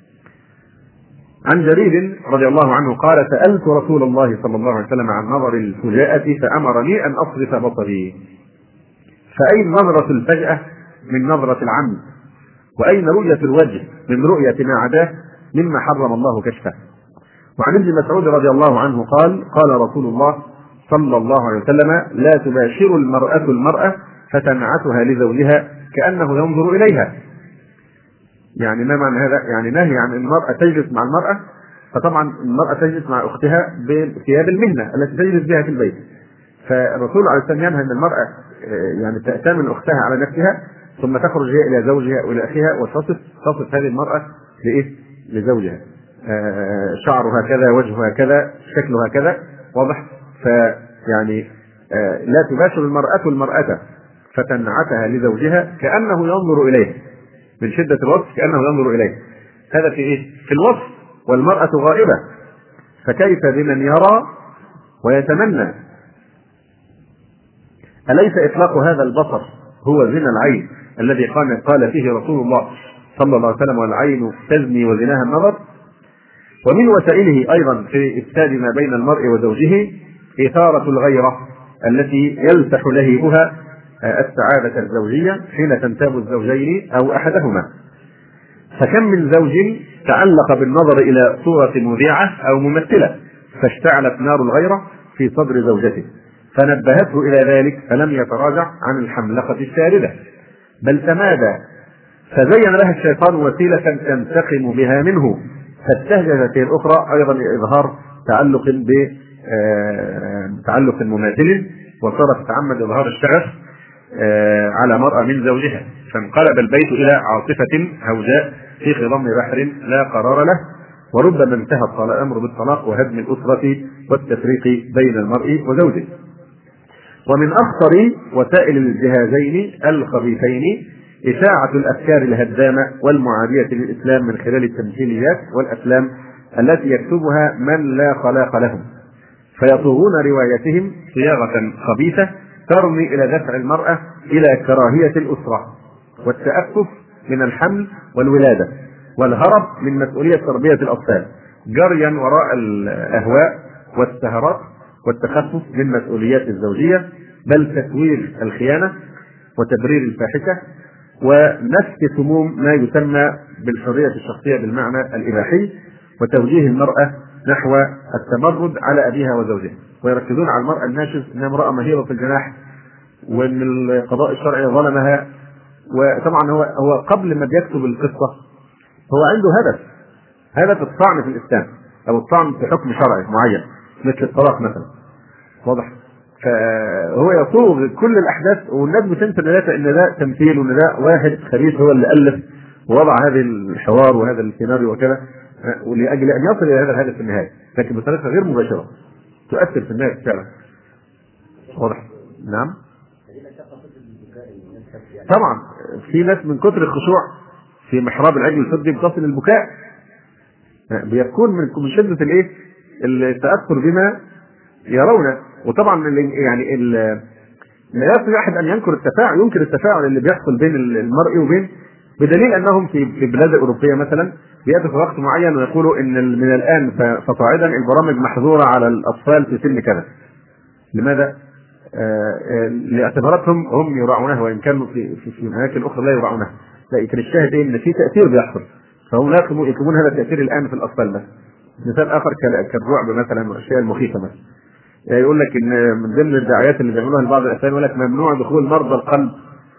عن جرير رضي الله عنه قال: سألت رسول الله صلى الله عليه وسلم عن نظر الفجاءة فأمرني أن أصرف بصري. فأين نظرة الفجأة من نظرة العمد؟ وأين رؤية الوجه من رؤية ما عداه مما حرم الله كشفه؟ وعن ابن مسعود رضي الله عنه قال: قال رسول الله صلى الله عليه وسلم: لا تباشر المرأة المرأة فتنعتها لزوجها كأنه ينظر إليها. يعني ما معنى هذا؟ يعني نهي عن المرأة تجلس مع المرأة، فطبعا المرأة تجلس مع أختها بثياب المهنة التي تجلس بها في البيت. فالرسول عليه السلام ينهى أن المرأة يعني تأتمن أختها على نفسها ثم تخرج هي إلى زوجها وإلى أخيها وتصف تصف هذه المرأة لإيه؟ لزوجها. آه شعرها كذا، وجهها كذا، شكلها كذا، واضح؟ فيعني آه لا تباشر المرأة المرأة فتنعتها لزوجها كأنه ينظر إليه، من شدة الوصف كأنه ينظر إليه. هذا في إيه؟ في الوصف، والمرأة غائبة، فكيف بمن يرى ويتمنى؟ أليس إطلاق هذا البصر هو زنا العين الذي قال قال فيه رسول الله صلى الله عليه وسلم: والعين تزني وزناها النظر؟ ومن وسائله أيضا في إفساد ما بين المرء وزوجه إثارة الغيرة التي يلفح لهيبها السعادة الزوجية حين تنتاب الزوجين أو أحدهما. فكم من زوج تعلق بالنظر إلى صورة مذيعة أو ممثلة فاشتعلت نار الغيرة في صدر زوجته فنبهته إلى ذلك فلم يتراجع عن الحملقة الشاردة، بل تمادى، فزين لها الشيطان وسيلة تنتقم بها منه، فاستهدفت الأخرى أيضا لإظهار تعلق بتعلق مماثل، وصارت تتعمد إظهار الشغف على مرأة من زوجها، فانقلب البيت إلى عاصفة هوجاء في خضم بحر لا قرار له، وربما انتهى الأمر بالطلاق وهدم الأسرة والتفريق بين المرء وزوجه. ومن أخطر وسائل الجهازين الخبيثين إشاعة الأفكار الهدامة والمعادية للإسلام من خلال التمثيليات والأفلام التي يكتبها من لا خلاق لهم، فيصوغون روايتهم صياغة خبيثة ترمي إلى دفع المرأة إلى كراهية الأسرة والتأفف من الحمل والولادة والهرب من مسؤولية تربية الأطفال، جريا وراء الأهواء والسهرات والتخفف من مسؤوليات الزوجية، بل تسوير الخيانة وتبرير الفاحشة ونفس سموم ما يسمى بالحرية الشخصية بالمعنى الإباحي، وتوجيه المرأة نحو التمرد على أبيها وزوجها، ويركزون على المرأة الناشز انها امرأة مهيبة في الجناح، وان القضاء الشرعي ظلمها. وطبعا هو هو قبل ما بيكتب القصة هو عنده هدف، هدف الطعن في الإسلام أو الطعن في حكم شرعي معين مثل الطلاق مثلا، واضح؟ فهو يصوغ كل الأحداث، والناس بتنسى ان ده ان ده تمثيل، وان ده واحد خبيث هو اللي ألف ووضع هذا الحوار وهذا السيناريو وكذا، ولأجل أن يصل إلى هذا الهدف في النهاية، لكن بطريقة غير مباشرة تؤثر في الناس فعلا. واضح؟ نعم. طبعا في ناس من كثر الخشوع في محراب العجل الفضي بتصل البكاء، بيكون من شدة الايه التأثر بما يرون. وطبعا يعني لا يستطيع احد ان ينكر التفاعل ينكر التفاعل اللي بيحصل بين المرء وبين، بدليل انهم في في البلاد الاوروبيه مثلا بياتوا في وقت معين ويقولوا ان من الان فصاعدا البرامج محظوره على الاطفال في سن كذا. لماذا؟ لاعتباراتهم هم يراعونها، وان كانوا في في, في اماكن اخرى لا يراعونها، لكن الشاهد ايه ان في تاثير بيحصل، فهم لا يطلبون هذا التاثير الان في الاطفال بس. مثال اخر كالرعب مثلا والاشياء المخيفه مثلا، يعني يقول لك ان من ضمن الدعايات اللي بيعملوها لبعض الافلام يقول لك ممنوع دخول مرضى القلب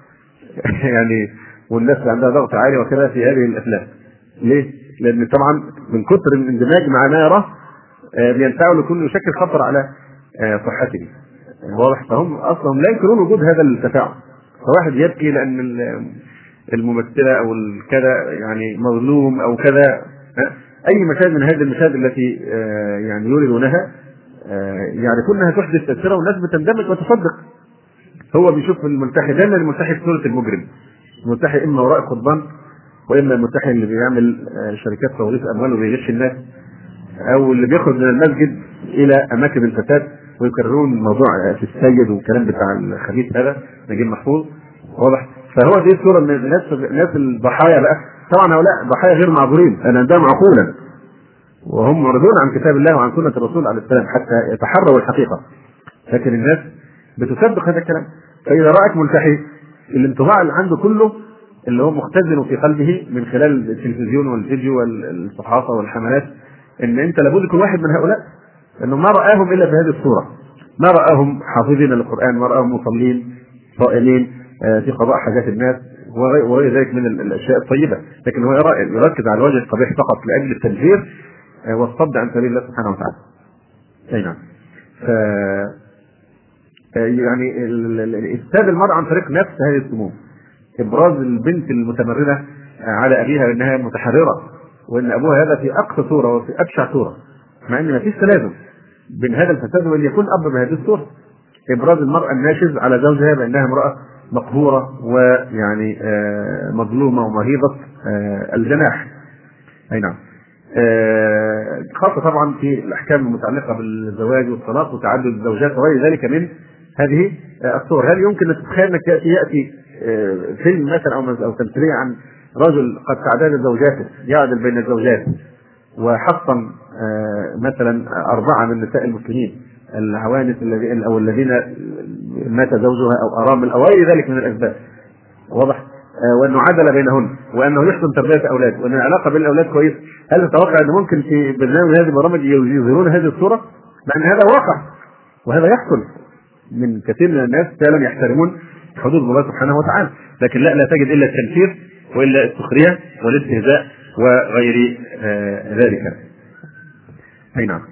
يعني والناس عندها ضغط عالي وكذا في هذه الافلام. ليه؟ لان طبعا من كثر الاندماج مع ما يراه بينفعل يكون يشكل خطر على صحته. واضح؟ فهم اصلا لا يمكنون وجود هذا التفاعل. فواحد يبكي لان الممثله او الكذا يعني مظلوم او كذا، اي مشاهد من هذه المشاهد التي يعني يريدونها يعرفون انها تحدث تاثيرا، والناس بتندمج وتصدق. هو بيشوف الملتحي دايما الملتحي في صوره المجرم، الملتحي اما وراء القضبان، واما الملتحي اللي بيعمل شركات توريث اموال وبيغش الناس، او اللي بيخرج من المسجد الى اماكن الفساد ويكررون الموضوع في السيد والكلام بتاع الخبيث هذا نجيب محفوظ. واضح؟ فهو دي الصوره من الناس الناس الضحايا بقى. طبعا هؤلاء ضحايا غير معذورين، انا عندهم عقولا وهم معرضون عن كتاب الله وعن سنه الرسول عليه السلام حتى يتحروا الحقيقه، لكن الناس بتصدق هذا الكلام. فاذا راك ملتحي الانطباع اللي عنده كله اللي هو مختزن في قلبه من خلال التلفزيون والفيديو والصحافه والحملات ان انت لابد تكون واحد من هؤلاء، لانه ما راهم الا بهذه الصوره، ما راهم حافظين للقران، ما راهم مصلين صائمين في قضاء حاجات الناس وغير ذلك من الاشياء الطيبه، لكن هو يركز على الوجه القبيح فقط لاجل التنفير والصد عن سبيل الله سبحانه وتعالى. اي نعم. ف يعني افساد المرأة عن طريق نفس هذه السموم، ابراز البنت المتمردة على ابيها بانها متحررة، وان ابوها هذا في اقصى صورة وفي ابشع صورة، مع ان ما فيش تلازم بين هذا الفساد وان يكون اب بهذه الصورة. ابراز المرأة الناشز على زوجها بانها امرأة مقهورة ويعني مظلومة ومهيبة الجناح. اي نعم. خاصة طبعا في الاحكام المتعلقة بالزواج والطلاق وتعدد الزوجات وغير ذلك من هذه الصور. هل يمكن ان تتخيل انك ياتي ياتي فيلم مثلا او او تمثيليه عن رجل قد تعدد زوجاته يعدل بين الزوجات وحصن مثلا اربعه من نساء المسلمين العوانس الذين او الذين مات زوجها او ارامل او غير ذلك من الاسباب، واضح؟ وانه عدل بينهن وانه يحسن تربيه اولاد وان العلاقه بين الاولاد كويس. هل تتوقع ان ممكن في برنامج هذه البرامج يظهرون هذه الصوره؟ لان هذا واقع وهذا يحصل من كثير من الناس فعلا يحترمون حدود الله سبحانه وتعالى، لكن لا لا تجد الا التنفير والا السخريه والاستهزاء وغير آه ذلك. اي نعم.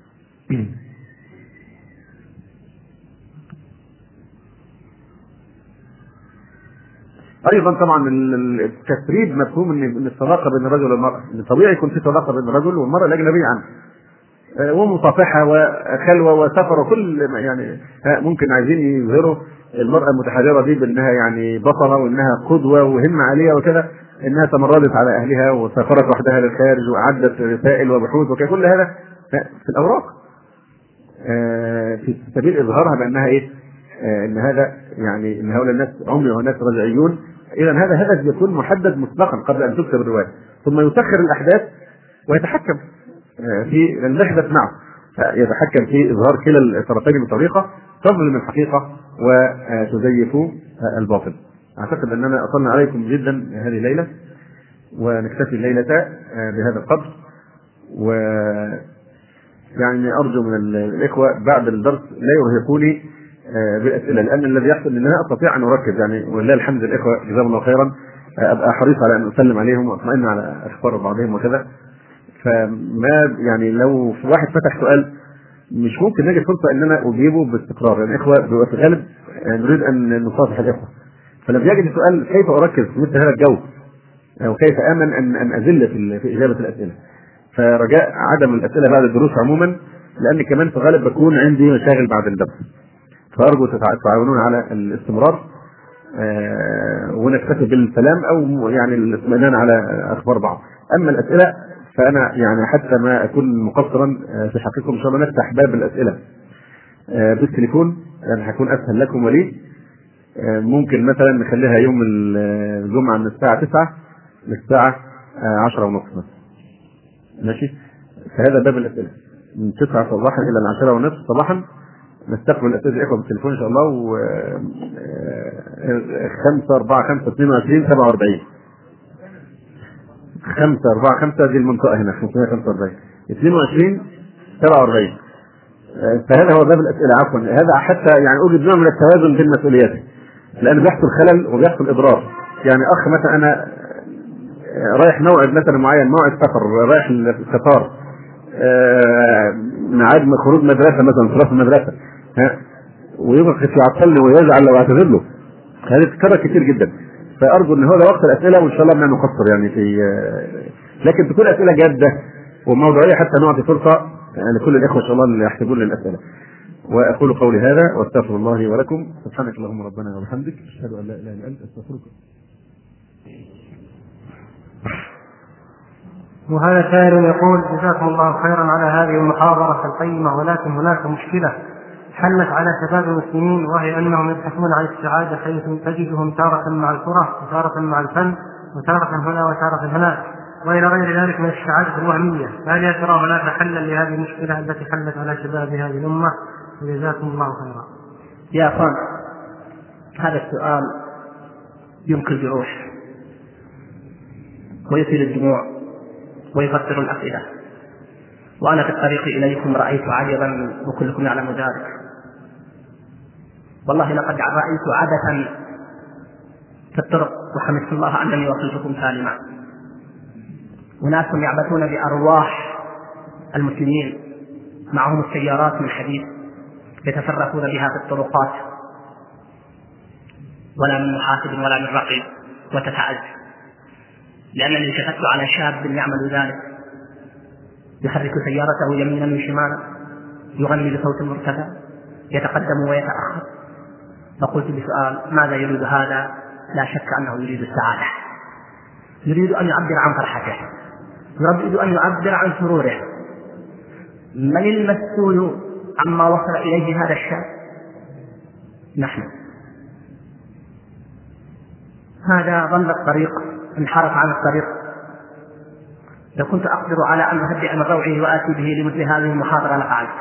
ايضا طبعا التسريب مفهوم ان الصداقه بين الرجل والمراه، ان طبيعي يكون في صداقه بين الرجل والمراه الاجنبيه عنه، ومصافحه وخلوه وسفر وكل يعني ممكن عايزين يظهروا المراه المتحرره دي بانها يعني بطله وانها قدوه وهمه عاليه وكذا، انها تمردت على اهلها وسافرت وحدها للخارج واعدت رسائل وبحوث وكل هذا في الاوراق في سبيل اظهارها بانها ايه؟ ان هذا يعني ان هؤلاء الناس عمي وناس رجعيون. اذا هذا هدف يكون محدد مسبقا قبل ان تكتب الروايه، ثم يسخر الاحداث ويتحكم في المحدث معه، يتحكم في اظهار كلا الطرفين بطريقه تظلم الحقيقه وتزيف الباطل. أعتقد أننا أطلنا عليكم جدا هذه الليلة، ونكتفي الليلة بهذا القدر. و يعني أرجو من الإخوة بعد الدرس لا يرهقوني بالأسئلة، لأن الذي يحصل أن لا أستطيع أن أركز يعني، ولله الحمد الإخوة جزاهم الله خيرا، أبقى حريص على أن أسلم عليهم وأطمئن على أخبار بعضهم وكذا. فما يعني لو في واحد فتح سؤال مش ممكن نجد فرصة أن أنا أجيبه باستقرار، يعني الإخوة بيبقى في الغالب نريد أن نصافح الإخوة، فلما يجد سؤال كيف أركز في مثل هذا الجو، وكيف آمن أن أن أذل في في إجابة الأسئلة. فرجاء عدم الأسئلة بعد الدروس عموما، لأن كمان في الغالب بكون عندي مشاغل بعد الدرس، فأرجو تتعاونون على الاستمرار آه ونكتفي بالسلام أو يعني الاطمئنان على أخبار بعض. أما الأسئلة فأنا يعني حتى ما أكون مقصرا في حقكم إن شاء الله نفتح باب الأسئلة آه بالتليفون، يعني هيكون أسهل لكم ولي. آه ممكن مثلا نخليها يوم الجمعة من الساعة تسعة للساعة عشرة ونصف، ماشي؟ فهذا باب الأسئلة من تسعة صباحا إلى العشرة ونصف صباحا، نستقبل الأسئلة الإخوة بالتليفون إن شاء الله. و خمسة أربعة خمسة اثنين وعشرين سبعة وأربعين خمسة أربعة خمسة دي المنطقة هنا خمسمائة وخمسة وأربعين اثنين وعشرين سبعة وأربعين. فهذا هو باب الأسئلة. عفوا هذا حتى يعني أوجد نوع من التوازن بين مسؤولياتي، لأن بيحصل خلل وبيحصل إضرار. يعني أخ مثلا أنا رايح موعد مثلا معين، موعد سفر، رايح القطار، ميعاد خروج مدرسة مثلا، صلاة المدرسة، ها، ويوقف يعطلني ويزعل لو اعتذر له. هذه تتكرر كتير جدا. فأرجو أن هذا وقت الأسئلة، وإن شاء الله ما نقصر يعني في، لكن تكون أسئلة جادة وموضوعية حتى نعطي فرصة لكل الإخوة إن شاء الله اللي يحتاجون للأسئلة. وأقول قولي هذا وأستغفر الله ولكم. سبحانك اللهم ربنا وبحمدك، أشهد أن لا إله إلا أنت، أستغفرك. وهذا سائل يقول: جزاكم الله خيرا على هذه المحاضرة القيمة، ولكن هناك مشكلة حلت على شباب المسلمين، وهي أنهم يبحثون عن السعادة، حيث تجدهم تارة مع الكرة وتارة مع الفن وتارة هنا وتارة هناك وإلى غير ذلك من السعادة الوهمية. فهل يا ترى هناك حلا لهذه المشكلة التي حلت على شباب هذه الأمة؟ وجزاكم الله خيرا. يا أخوان، هذا السؤال ينقل جروح ويثير الدموع ويفطر الأفئدة، وأنا في الطريق إليكم رأيت عجبا وكلكم يعلم ذلك. والله لقد رأيت عادة في الطرق وحمدت الله أنني وصلتكم سالما، وناس يعبثون بأرواح المسلمين، معهم السيارات من حديد يتصرفون بها في الطرقات، ولا من محاسب ولا من رقيب، وتتعجب لأنني شهدت على شاب يعمل ذلك، يحرك سيارته يمينا وشمالا، يغني بصوت مرتفع، يتقدم ويتأخر. فقلت بسؤال: ماذا يريد هذا؟ لا شك أنه يريد السعادة، يريد أن يعبر عن فرحته، يريد أن يعبر عن سروره. من المسؤول عما وصل إليه هذا الشاب؟ نحن. هذا ضل الطريق، انحرف عن الطريق. لو كنت أقدر على أن أهدئ من روعه وآتي به لمثل هذه المحاضرة لفعلت،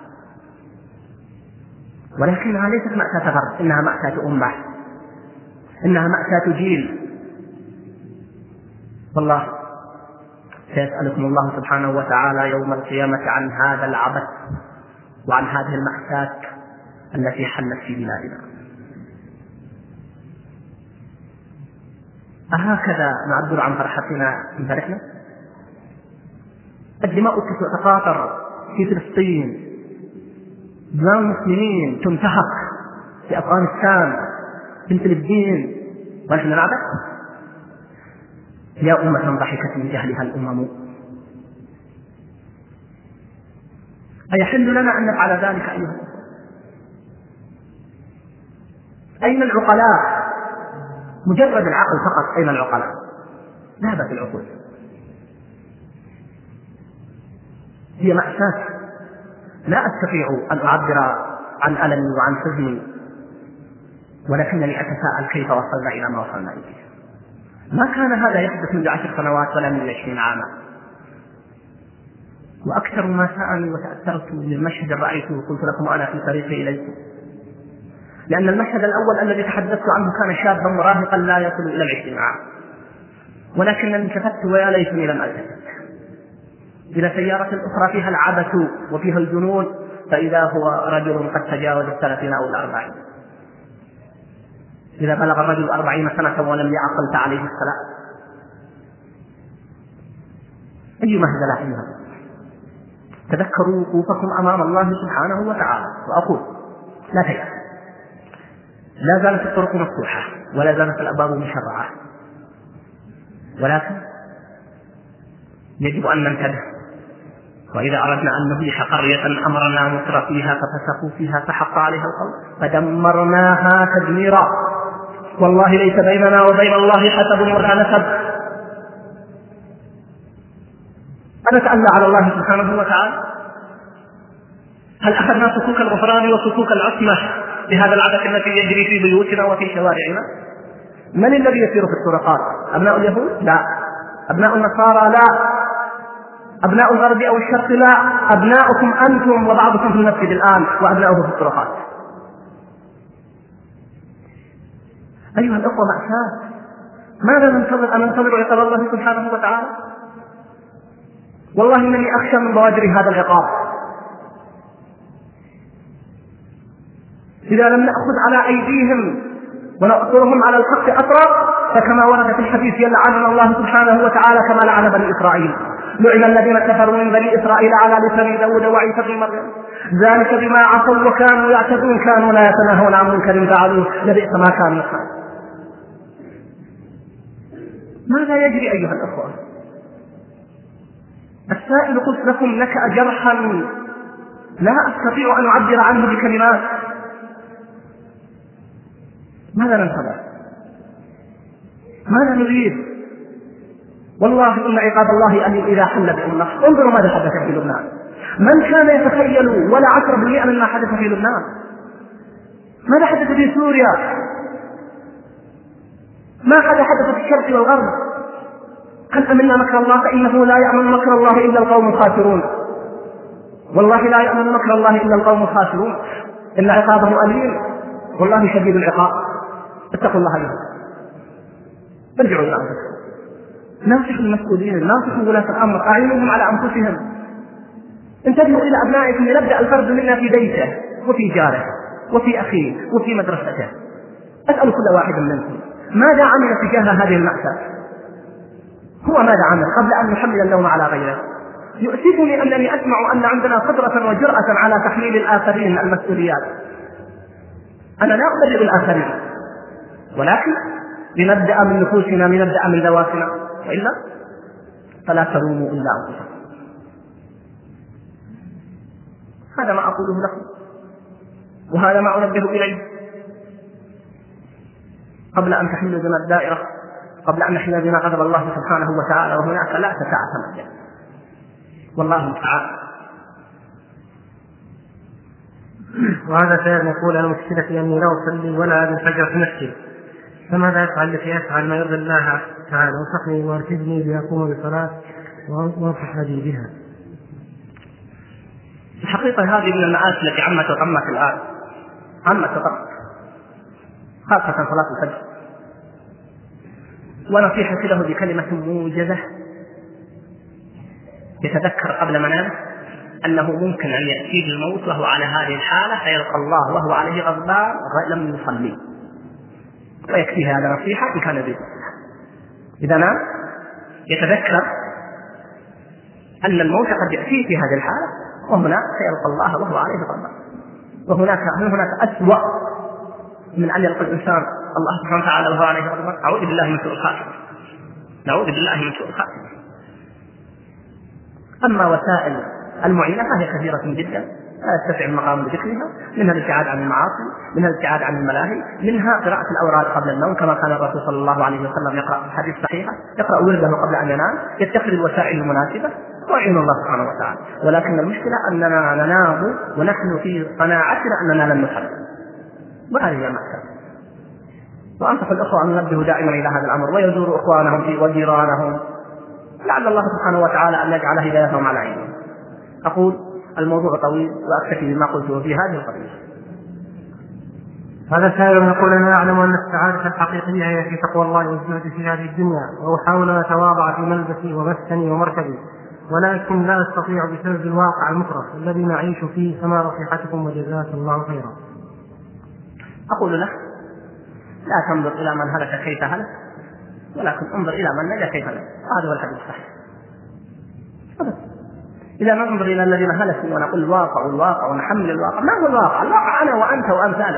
ولكنها ليست مأساة فرد، إنها مأساة أمة، إنها مأساة جيل. والله سيسألكم الله سبحانه وتعالى يوم القيامة عن هذا العبث وعن هذه المأساة التي حلت في بلادنا. أهكذا نعبر عن فرحتنا من فرحنا؟ الدماء تتقاطر في فلسطين، دماء المسلمين تنتهك في أفغانستان، في فلسطين، ونحن نعبث؟ يا أمة ضحكت من جهلها الأمم، أيحل لنا أن نفعل ذلك أيها؟ أين العقلاء؟ مجرد العقل فقط، أين العقلاء؟ ذهبت العقول. هي مأساة لا أستطيع أن أعبر عن ألمي وعن حزني، ولكنني أتساءل كيف وصلنا إلى ما وصلنا إليه. ما كان هذا يحدث منذ عشر سنوات ولا من عشرين عاما. وأكثر ما سألني وتأثرت بالمشهد رأيته، قلت لكم أنا في طريقي إليكم، لأن المشهد الأول الذي تحدثت عنه كان شابا مراهقا لا يصل إلى العشرين عام، ولكنني التفت ويا ليتني لم التفت إلى سيارة أخرى فيها العبث وفيها الجنون، فإذا هو رجل قد تجاوز الثلاثين أو الأربعين. إذا بلغ الرجل أربعين سنة ولم يعقل فعليه السلام. أي مهزلة أيها! تذكروا وقوفكم أمام الله سبحانه وتعالى. وأقول لا تيأس، لا زالت الطرق مفتوحة ولا زالت الأبواب مشرعة، ولكن يجب أن ننتبه. وإذا أردنا أن نهلك قرية أمرنا متر فيها ففسقوا فيها فحق عليها القول فدمرناها تدميرا. والله ليس بيننا وبين الله حسب ولا نسب. أنتألى على الله سبحانه وتعالى؟ هل أخذنا صكوك الغفران وصكوك العصمة بهذا العبث الذي يجري في بيوتنا وفي شوارعنا؟ من الذي يسير في الطرقات؟ أبناء اليهود؟ لا. أبناء النصارى؟ لا. أبناء الغرب أو الشرق؟ لا. أبناؤكم أنتم وبعضكم في المسجد الآن وأبناؤه في الطرقات. أيها الأخوة مأساة. ماذا ننتظر؟ أن ننتظر عقاب الله سبحانه وتعالى؟ والله إنني أخشى من بوادر هذا العقاب. إذا لم نأخذ على أيديهم ونأثرهم على الحق أطرا، فكما ورد في الحديث يلعننا الله سبحانه وتعالى كما لعن بني إسرائيل. لعن الذين كفروا من بني إسرائيل على لسان داود وعيسى بن مريم ذلك بما عصوا وكانوا يعتدون كانوا لا يتناهون عن منكر فعلوه لبئس ما كانوا يصنعون. ماذا يجري أيها الأخوة؟ السائل قلت لكم لك جرحا لا أستطيع أن أعبر عنه بكلمات. ماذا ننتظر؟ ماذا نريد؟ والله إن عقاب الله أليم إذا حل بهم النصر. انظروا ماذا حدث في لبنان. من كان يتخيل ولا عشرة بالمئة مما حدث في لبنان؟ ماذا حدث في سوريا؟ ماذا حدث في الشرق والغرب؟ هل أمنا مكر الله؟ فإنه لا يأمن مكر الله إلا القوم الخاسرون. والله لا يأمن مكر الله إلا القوم الخاسرون. إن عقابه أليم، والله شديد العقاب. اتقوا الله عليهم. ارجعوا إلى أنفسكم. ناصحوا المسؤولين، ناصحوا ولاة الأمر، أعينهم على أنفسهم. انتبهوا إلى أبنائكم لنبدأ الفرد منا في بيته وفي جاره وفي أخيه وفي مدرسته. أسأل كل واحد منكم ماذا عمل تجاه هذه المأساة؟ هو ماذا عمل قبل أن نحمل اللوم على غيره؟ يؤسفني أنني أسمع أن عندنا قدرة وجرأة على تحميل الآخرين المسؤوليات. أنا لا أبرئ الآخرين، ولكن لنبدأ من نفوسنا، لنبدأ من ذواتنا، وإلا فلا تلوموا إلا أنفسكم. هذا ما أقوله لكم، وهذا ما أنبه إليه قبل أن تحمل بنا الدائرة، قبل أن نحمل بنا غضب الله سبحانه وتعالى، وهناك لا تساعة مجال. والله المستعان. وهذا سائل يقول: أنا مشكلتي أني لا أصلي ولا أذن الفجر في مسجد، فماذا أفعل لكي أفعل ما يرضي الله تعالى؟ وانصحني وارشدني لأقوم بصلاة وأنصح هذه بها. الحقيقة هذه من المآسي التي عمت وطمت الآن، عمت وطمت، خاصة صلاة الفجر. ونصيحتي له بكلمة موجزة: يتذكر قبل منامه أنه ممكن أن يأتيه الموت وهو على هذه الحالة فيلقى الله وهو عليه غضبان لم يصلي، ويكفيه هذا نصيحة إن كان ذلك. إذا نام يتذكر أن الموت قد يأتيه في هذه الحالة، وهناك سيلقى الله وهو عليه غضبان. وهناك هناك أسوأ من أن يلقى الإنسان الله سبحانه وتعالى وهو عليه غضبان. أعوذ بالله من سوء الخاتمة، نعوذ بالله من سوء الخاتمة. أما وسائل المعينة فهي كثيرة جدا لا يستطيع المقام بذكرها، منها الابتعاد عن المعاصي، منها الابتعاد عن الملاهي، منها قراءة الأوراد قبل النوم كما كان الرسول صلى الله عليه وسلم يقرأ في الحديث الصحيح، يقرأ ورده قبل أن ينام، يتخذ الوسائل المناسبة ويعين الله سبحانه وتعالى. ولكن المشكلة أننا ننام ونحن في قناعتنا أننا لن نصلي، وهذه هي المأساة. وأنصح الأخوة أن ينبهوا دائما إلى هذا الأمر ويزوروا إخوانهم وجيرانهم، لعل الله سبحانه وتعالى أن يجعل هدايتهم على عينهم. أقول الموضوع طويل وأكتفي بما قلته في هذه القضية. هذا سائل يقول: أنا أعلم أن السعادة الحقيقية هي في تقوى الله والزهد في هذه الدنيا، وأحاول أن أتواضع في ملبسي ومسكني ومركبي، ولكن لا أستطيع بسبب الواقع المكره الذي نعيش فيه. فما نصيحتكم وجزاكم الله خيرا؟ أقول له: لا تنظر إلى من هلك كيف هلك، ولكن انظر إلى من نجا كيف نجا. هذا هو الحديث الصحيح. إذا ما ننظر إلى الذين هلكوا ونقول الواقع والواقع ونحمل الواقع، ما هو الواقع؟ الواقع أنا وأنت وأمثالك.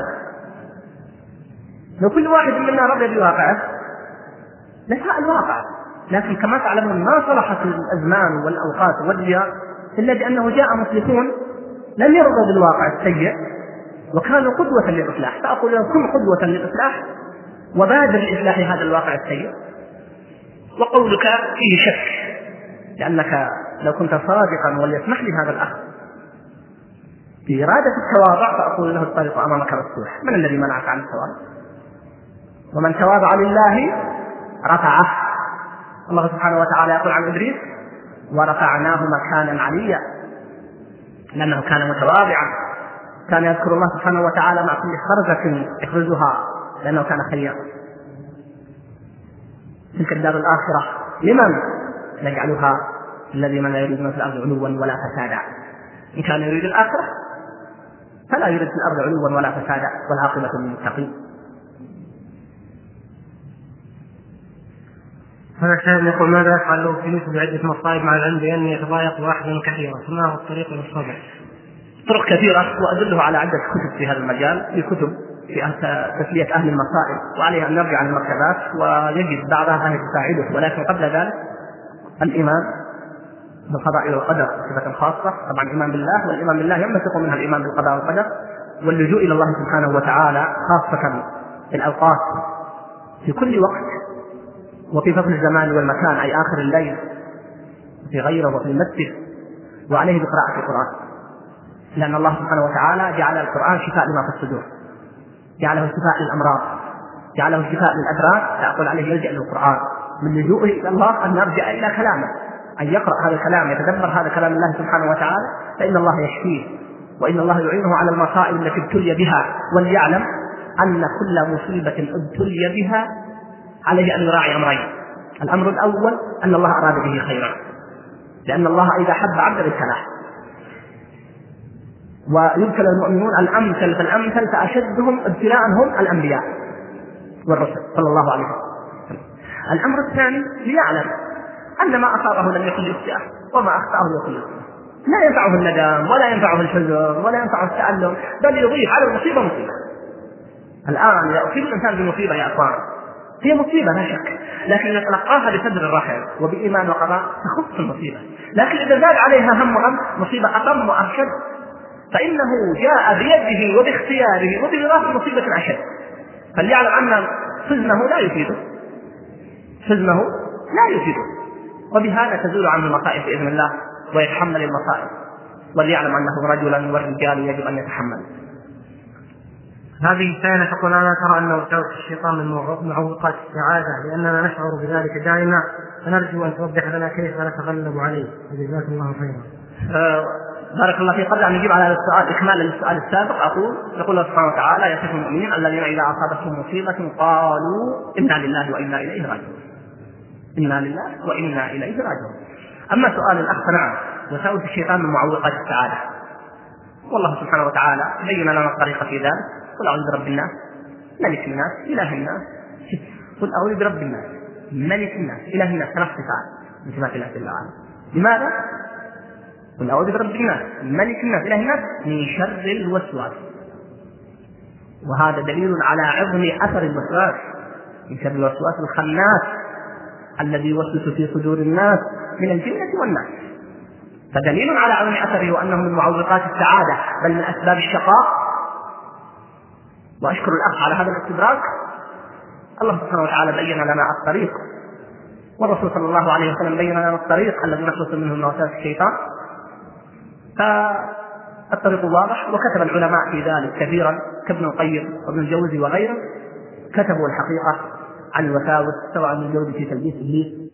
لو كل واحد منا رضي بواقعه لساء الواقع. لكن كما تعلمون ما صلحت الأزمان والأوقات والرياض إلا بأنه جاء مسلمون لم يرضوا بالواقع السيء وكانوا قدوة للإصلاح. فأقول لهم: كن قدوة للإصلاح وبادر لإصلاح هذا الواقع السيء. وقولك فيه شك، لأنك لو كنت صادقا وليسمح لي هذا الأخ بإرادة التواضع فأقول له: الطريق أمامك مفتوح. من الذي منعك عن التواضع؟ ومن تواضع لله رفعه. الله سبحانه وتعالى يقول عن إدريس: ورفعناه مكانا عليا، لأنه كان متواضعا، كان يذكر الله سبحانه وتعالى مع كل خرزة يخرجها لأنه كان خيرا. تلك الدار الآخرة لمن نجعلها الذين لا يريدون في الأرض علوا ولا فسادا. إن كان يريد الآخرة فلا يريد في الأرض علوا ولا فسادا، والعاقبة للمتقين. هذا الشاب يقول: ماذا أفعل لو ابتليت بعدة مصائب مع العلم بأني يتضايق واحدا كثيرا؟ فما هو الطريق للصبر؟ طرق كثيرة، وأدله على عدة كتب في هذا المجال، في كتب في تسلية أهل المصائب، وعليه أن نرجع للمكتبات ويجد بعضها أن تساعده. ولكن قبل ذلك الإيمان بالقضاء والقدر صفة خاصة. طبعا الإيمان بالله، والإيمان بالله ينبثق منها الإيمان بالقضاء والقدر، واللجوء إلى الله سبحانه وتعالى خاصة في الأوقات في كل وقت وفي فصل الزمان والمكان، أي آخر الليل في غيره وفي المسجد، وعليه بقراءة القرآن، لأن الله سبحانه وتعالى جعل القرآن شفاء لما في الصدور، جعله شفاء للأمراض، جعله شفاء للأدراك. فأقول عليه يلجأ للقرآن من لجوءه إلى الله أن نرجع إلى كلامه، أن يقرأ هذا الكلام، يتدبر هذا كلام الله سبحانه وتعالى، فإن الله يشفيه، وإن الله يعينه على المصائب التي ابتلي بها. وليعلم أن كل مصيبة ابتلي بها عليه أن يراعي أمرين: الأمر الأول أن الله أراد به خيرا، لأن الله إذا حب عبد ابتلاه. ويبتلى المؤمنون الأمثل فالأمثل، فأشدهم ابتلاء هم الأنبياء والرسل صلى الله عليه وسلم. الأمر الثاني ليعلم أن ما أصابه لم يكن ليخطئه وما أخطأه يكون ليخطئه. لا ينفعه الندم ولا ينفعه الحزن ولا ينفعه التألم، بل يضيف على المصيبة مصيبة. الآن إذا أصيب الإنسان بمصيبة يا أخوان هي مصيبة لا شك، لكن يتلقاها بصدر رحب وبإيمان وقضاء تخص المصيبة. لكن إذا زاد عليها هم وغم مصيبة أقم وأرشد، فإنه جاء بيده وباختياره وبإضافة مصيبة أشد. فليعلم أن حزنه لا يفيده، حزنه لا يفيده، وبهذا تزول عنه المصائب بإذن الله ويتحمل المصائب. وليعلم أنه رجلا والرجال يجب أن يتحمل. هذه سائلة تقول: أنا ترى أنه وساوس الشيطان من معوقات السعادة لأننا نشعر بذلك دائما، فنرجو أن توضح لنا كيف نتغلب عليه. جزاكم الله خيرا. أه بارك الله فيك. قبل أن نجيب على السؤال إكمالا للسؤال السابق أقول: يقول الله سبحانه وتعالى يصف المؤمنين الذين إذا أصابتهم مصيبة قالوا إنا لله وإنا إليه راجعون، إنا لله وإنا إليه راجعون. أما سؤال الأخ نعم، وساوس الشيطان من معوقات السعادة، والله سبحانه وتعالى بين لنا الطريقة في ذلك. قل أعوذ برب الناس ملك الناس إله الناس. قل أعوذ برب الناس ملك الناس إله الناس، ثلاث صفات من صفات الله جل وعلا. لماذا؟ قل أعوذ برب الناس ملك الناس إله الناس من شر الوسواس، وهذا دليل على عظم أثر الوسواس، من شر الوسواس الخناس الذي يوسوس في صدور الناس من الجنة والناس. فدليل على عظم أثره وأنه من معوقات السعادة بل من أسباب الشقاء. وأشكر الأخ على هذا الاستدراك. الله سبحانه وتعالى بين لنا الطريق، والرسول صلى الله عليه وسلم بين لنا الطريق الذي نخلص منه من وسواس الشيطان، فالطريق واضح. وكتب العلماء في ذلك كثيرا كابن القيم وابن الجوزي وغيره، كتبوا الحقيقة عن الوساوس، سواء ابن الجوزي في تلبيس إبليس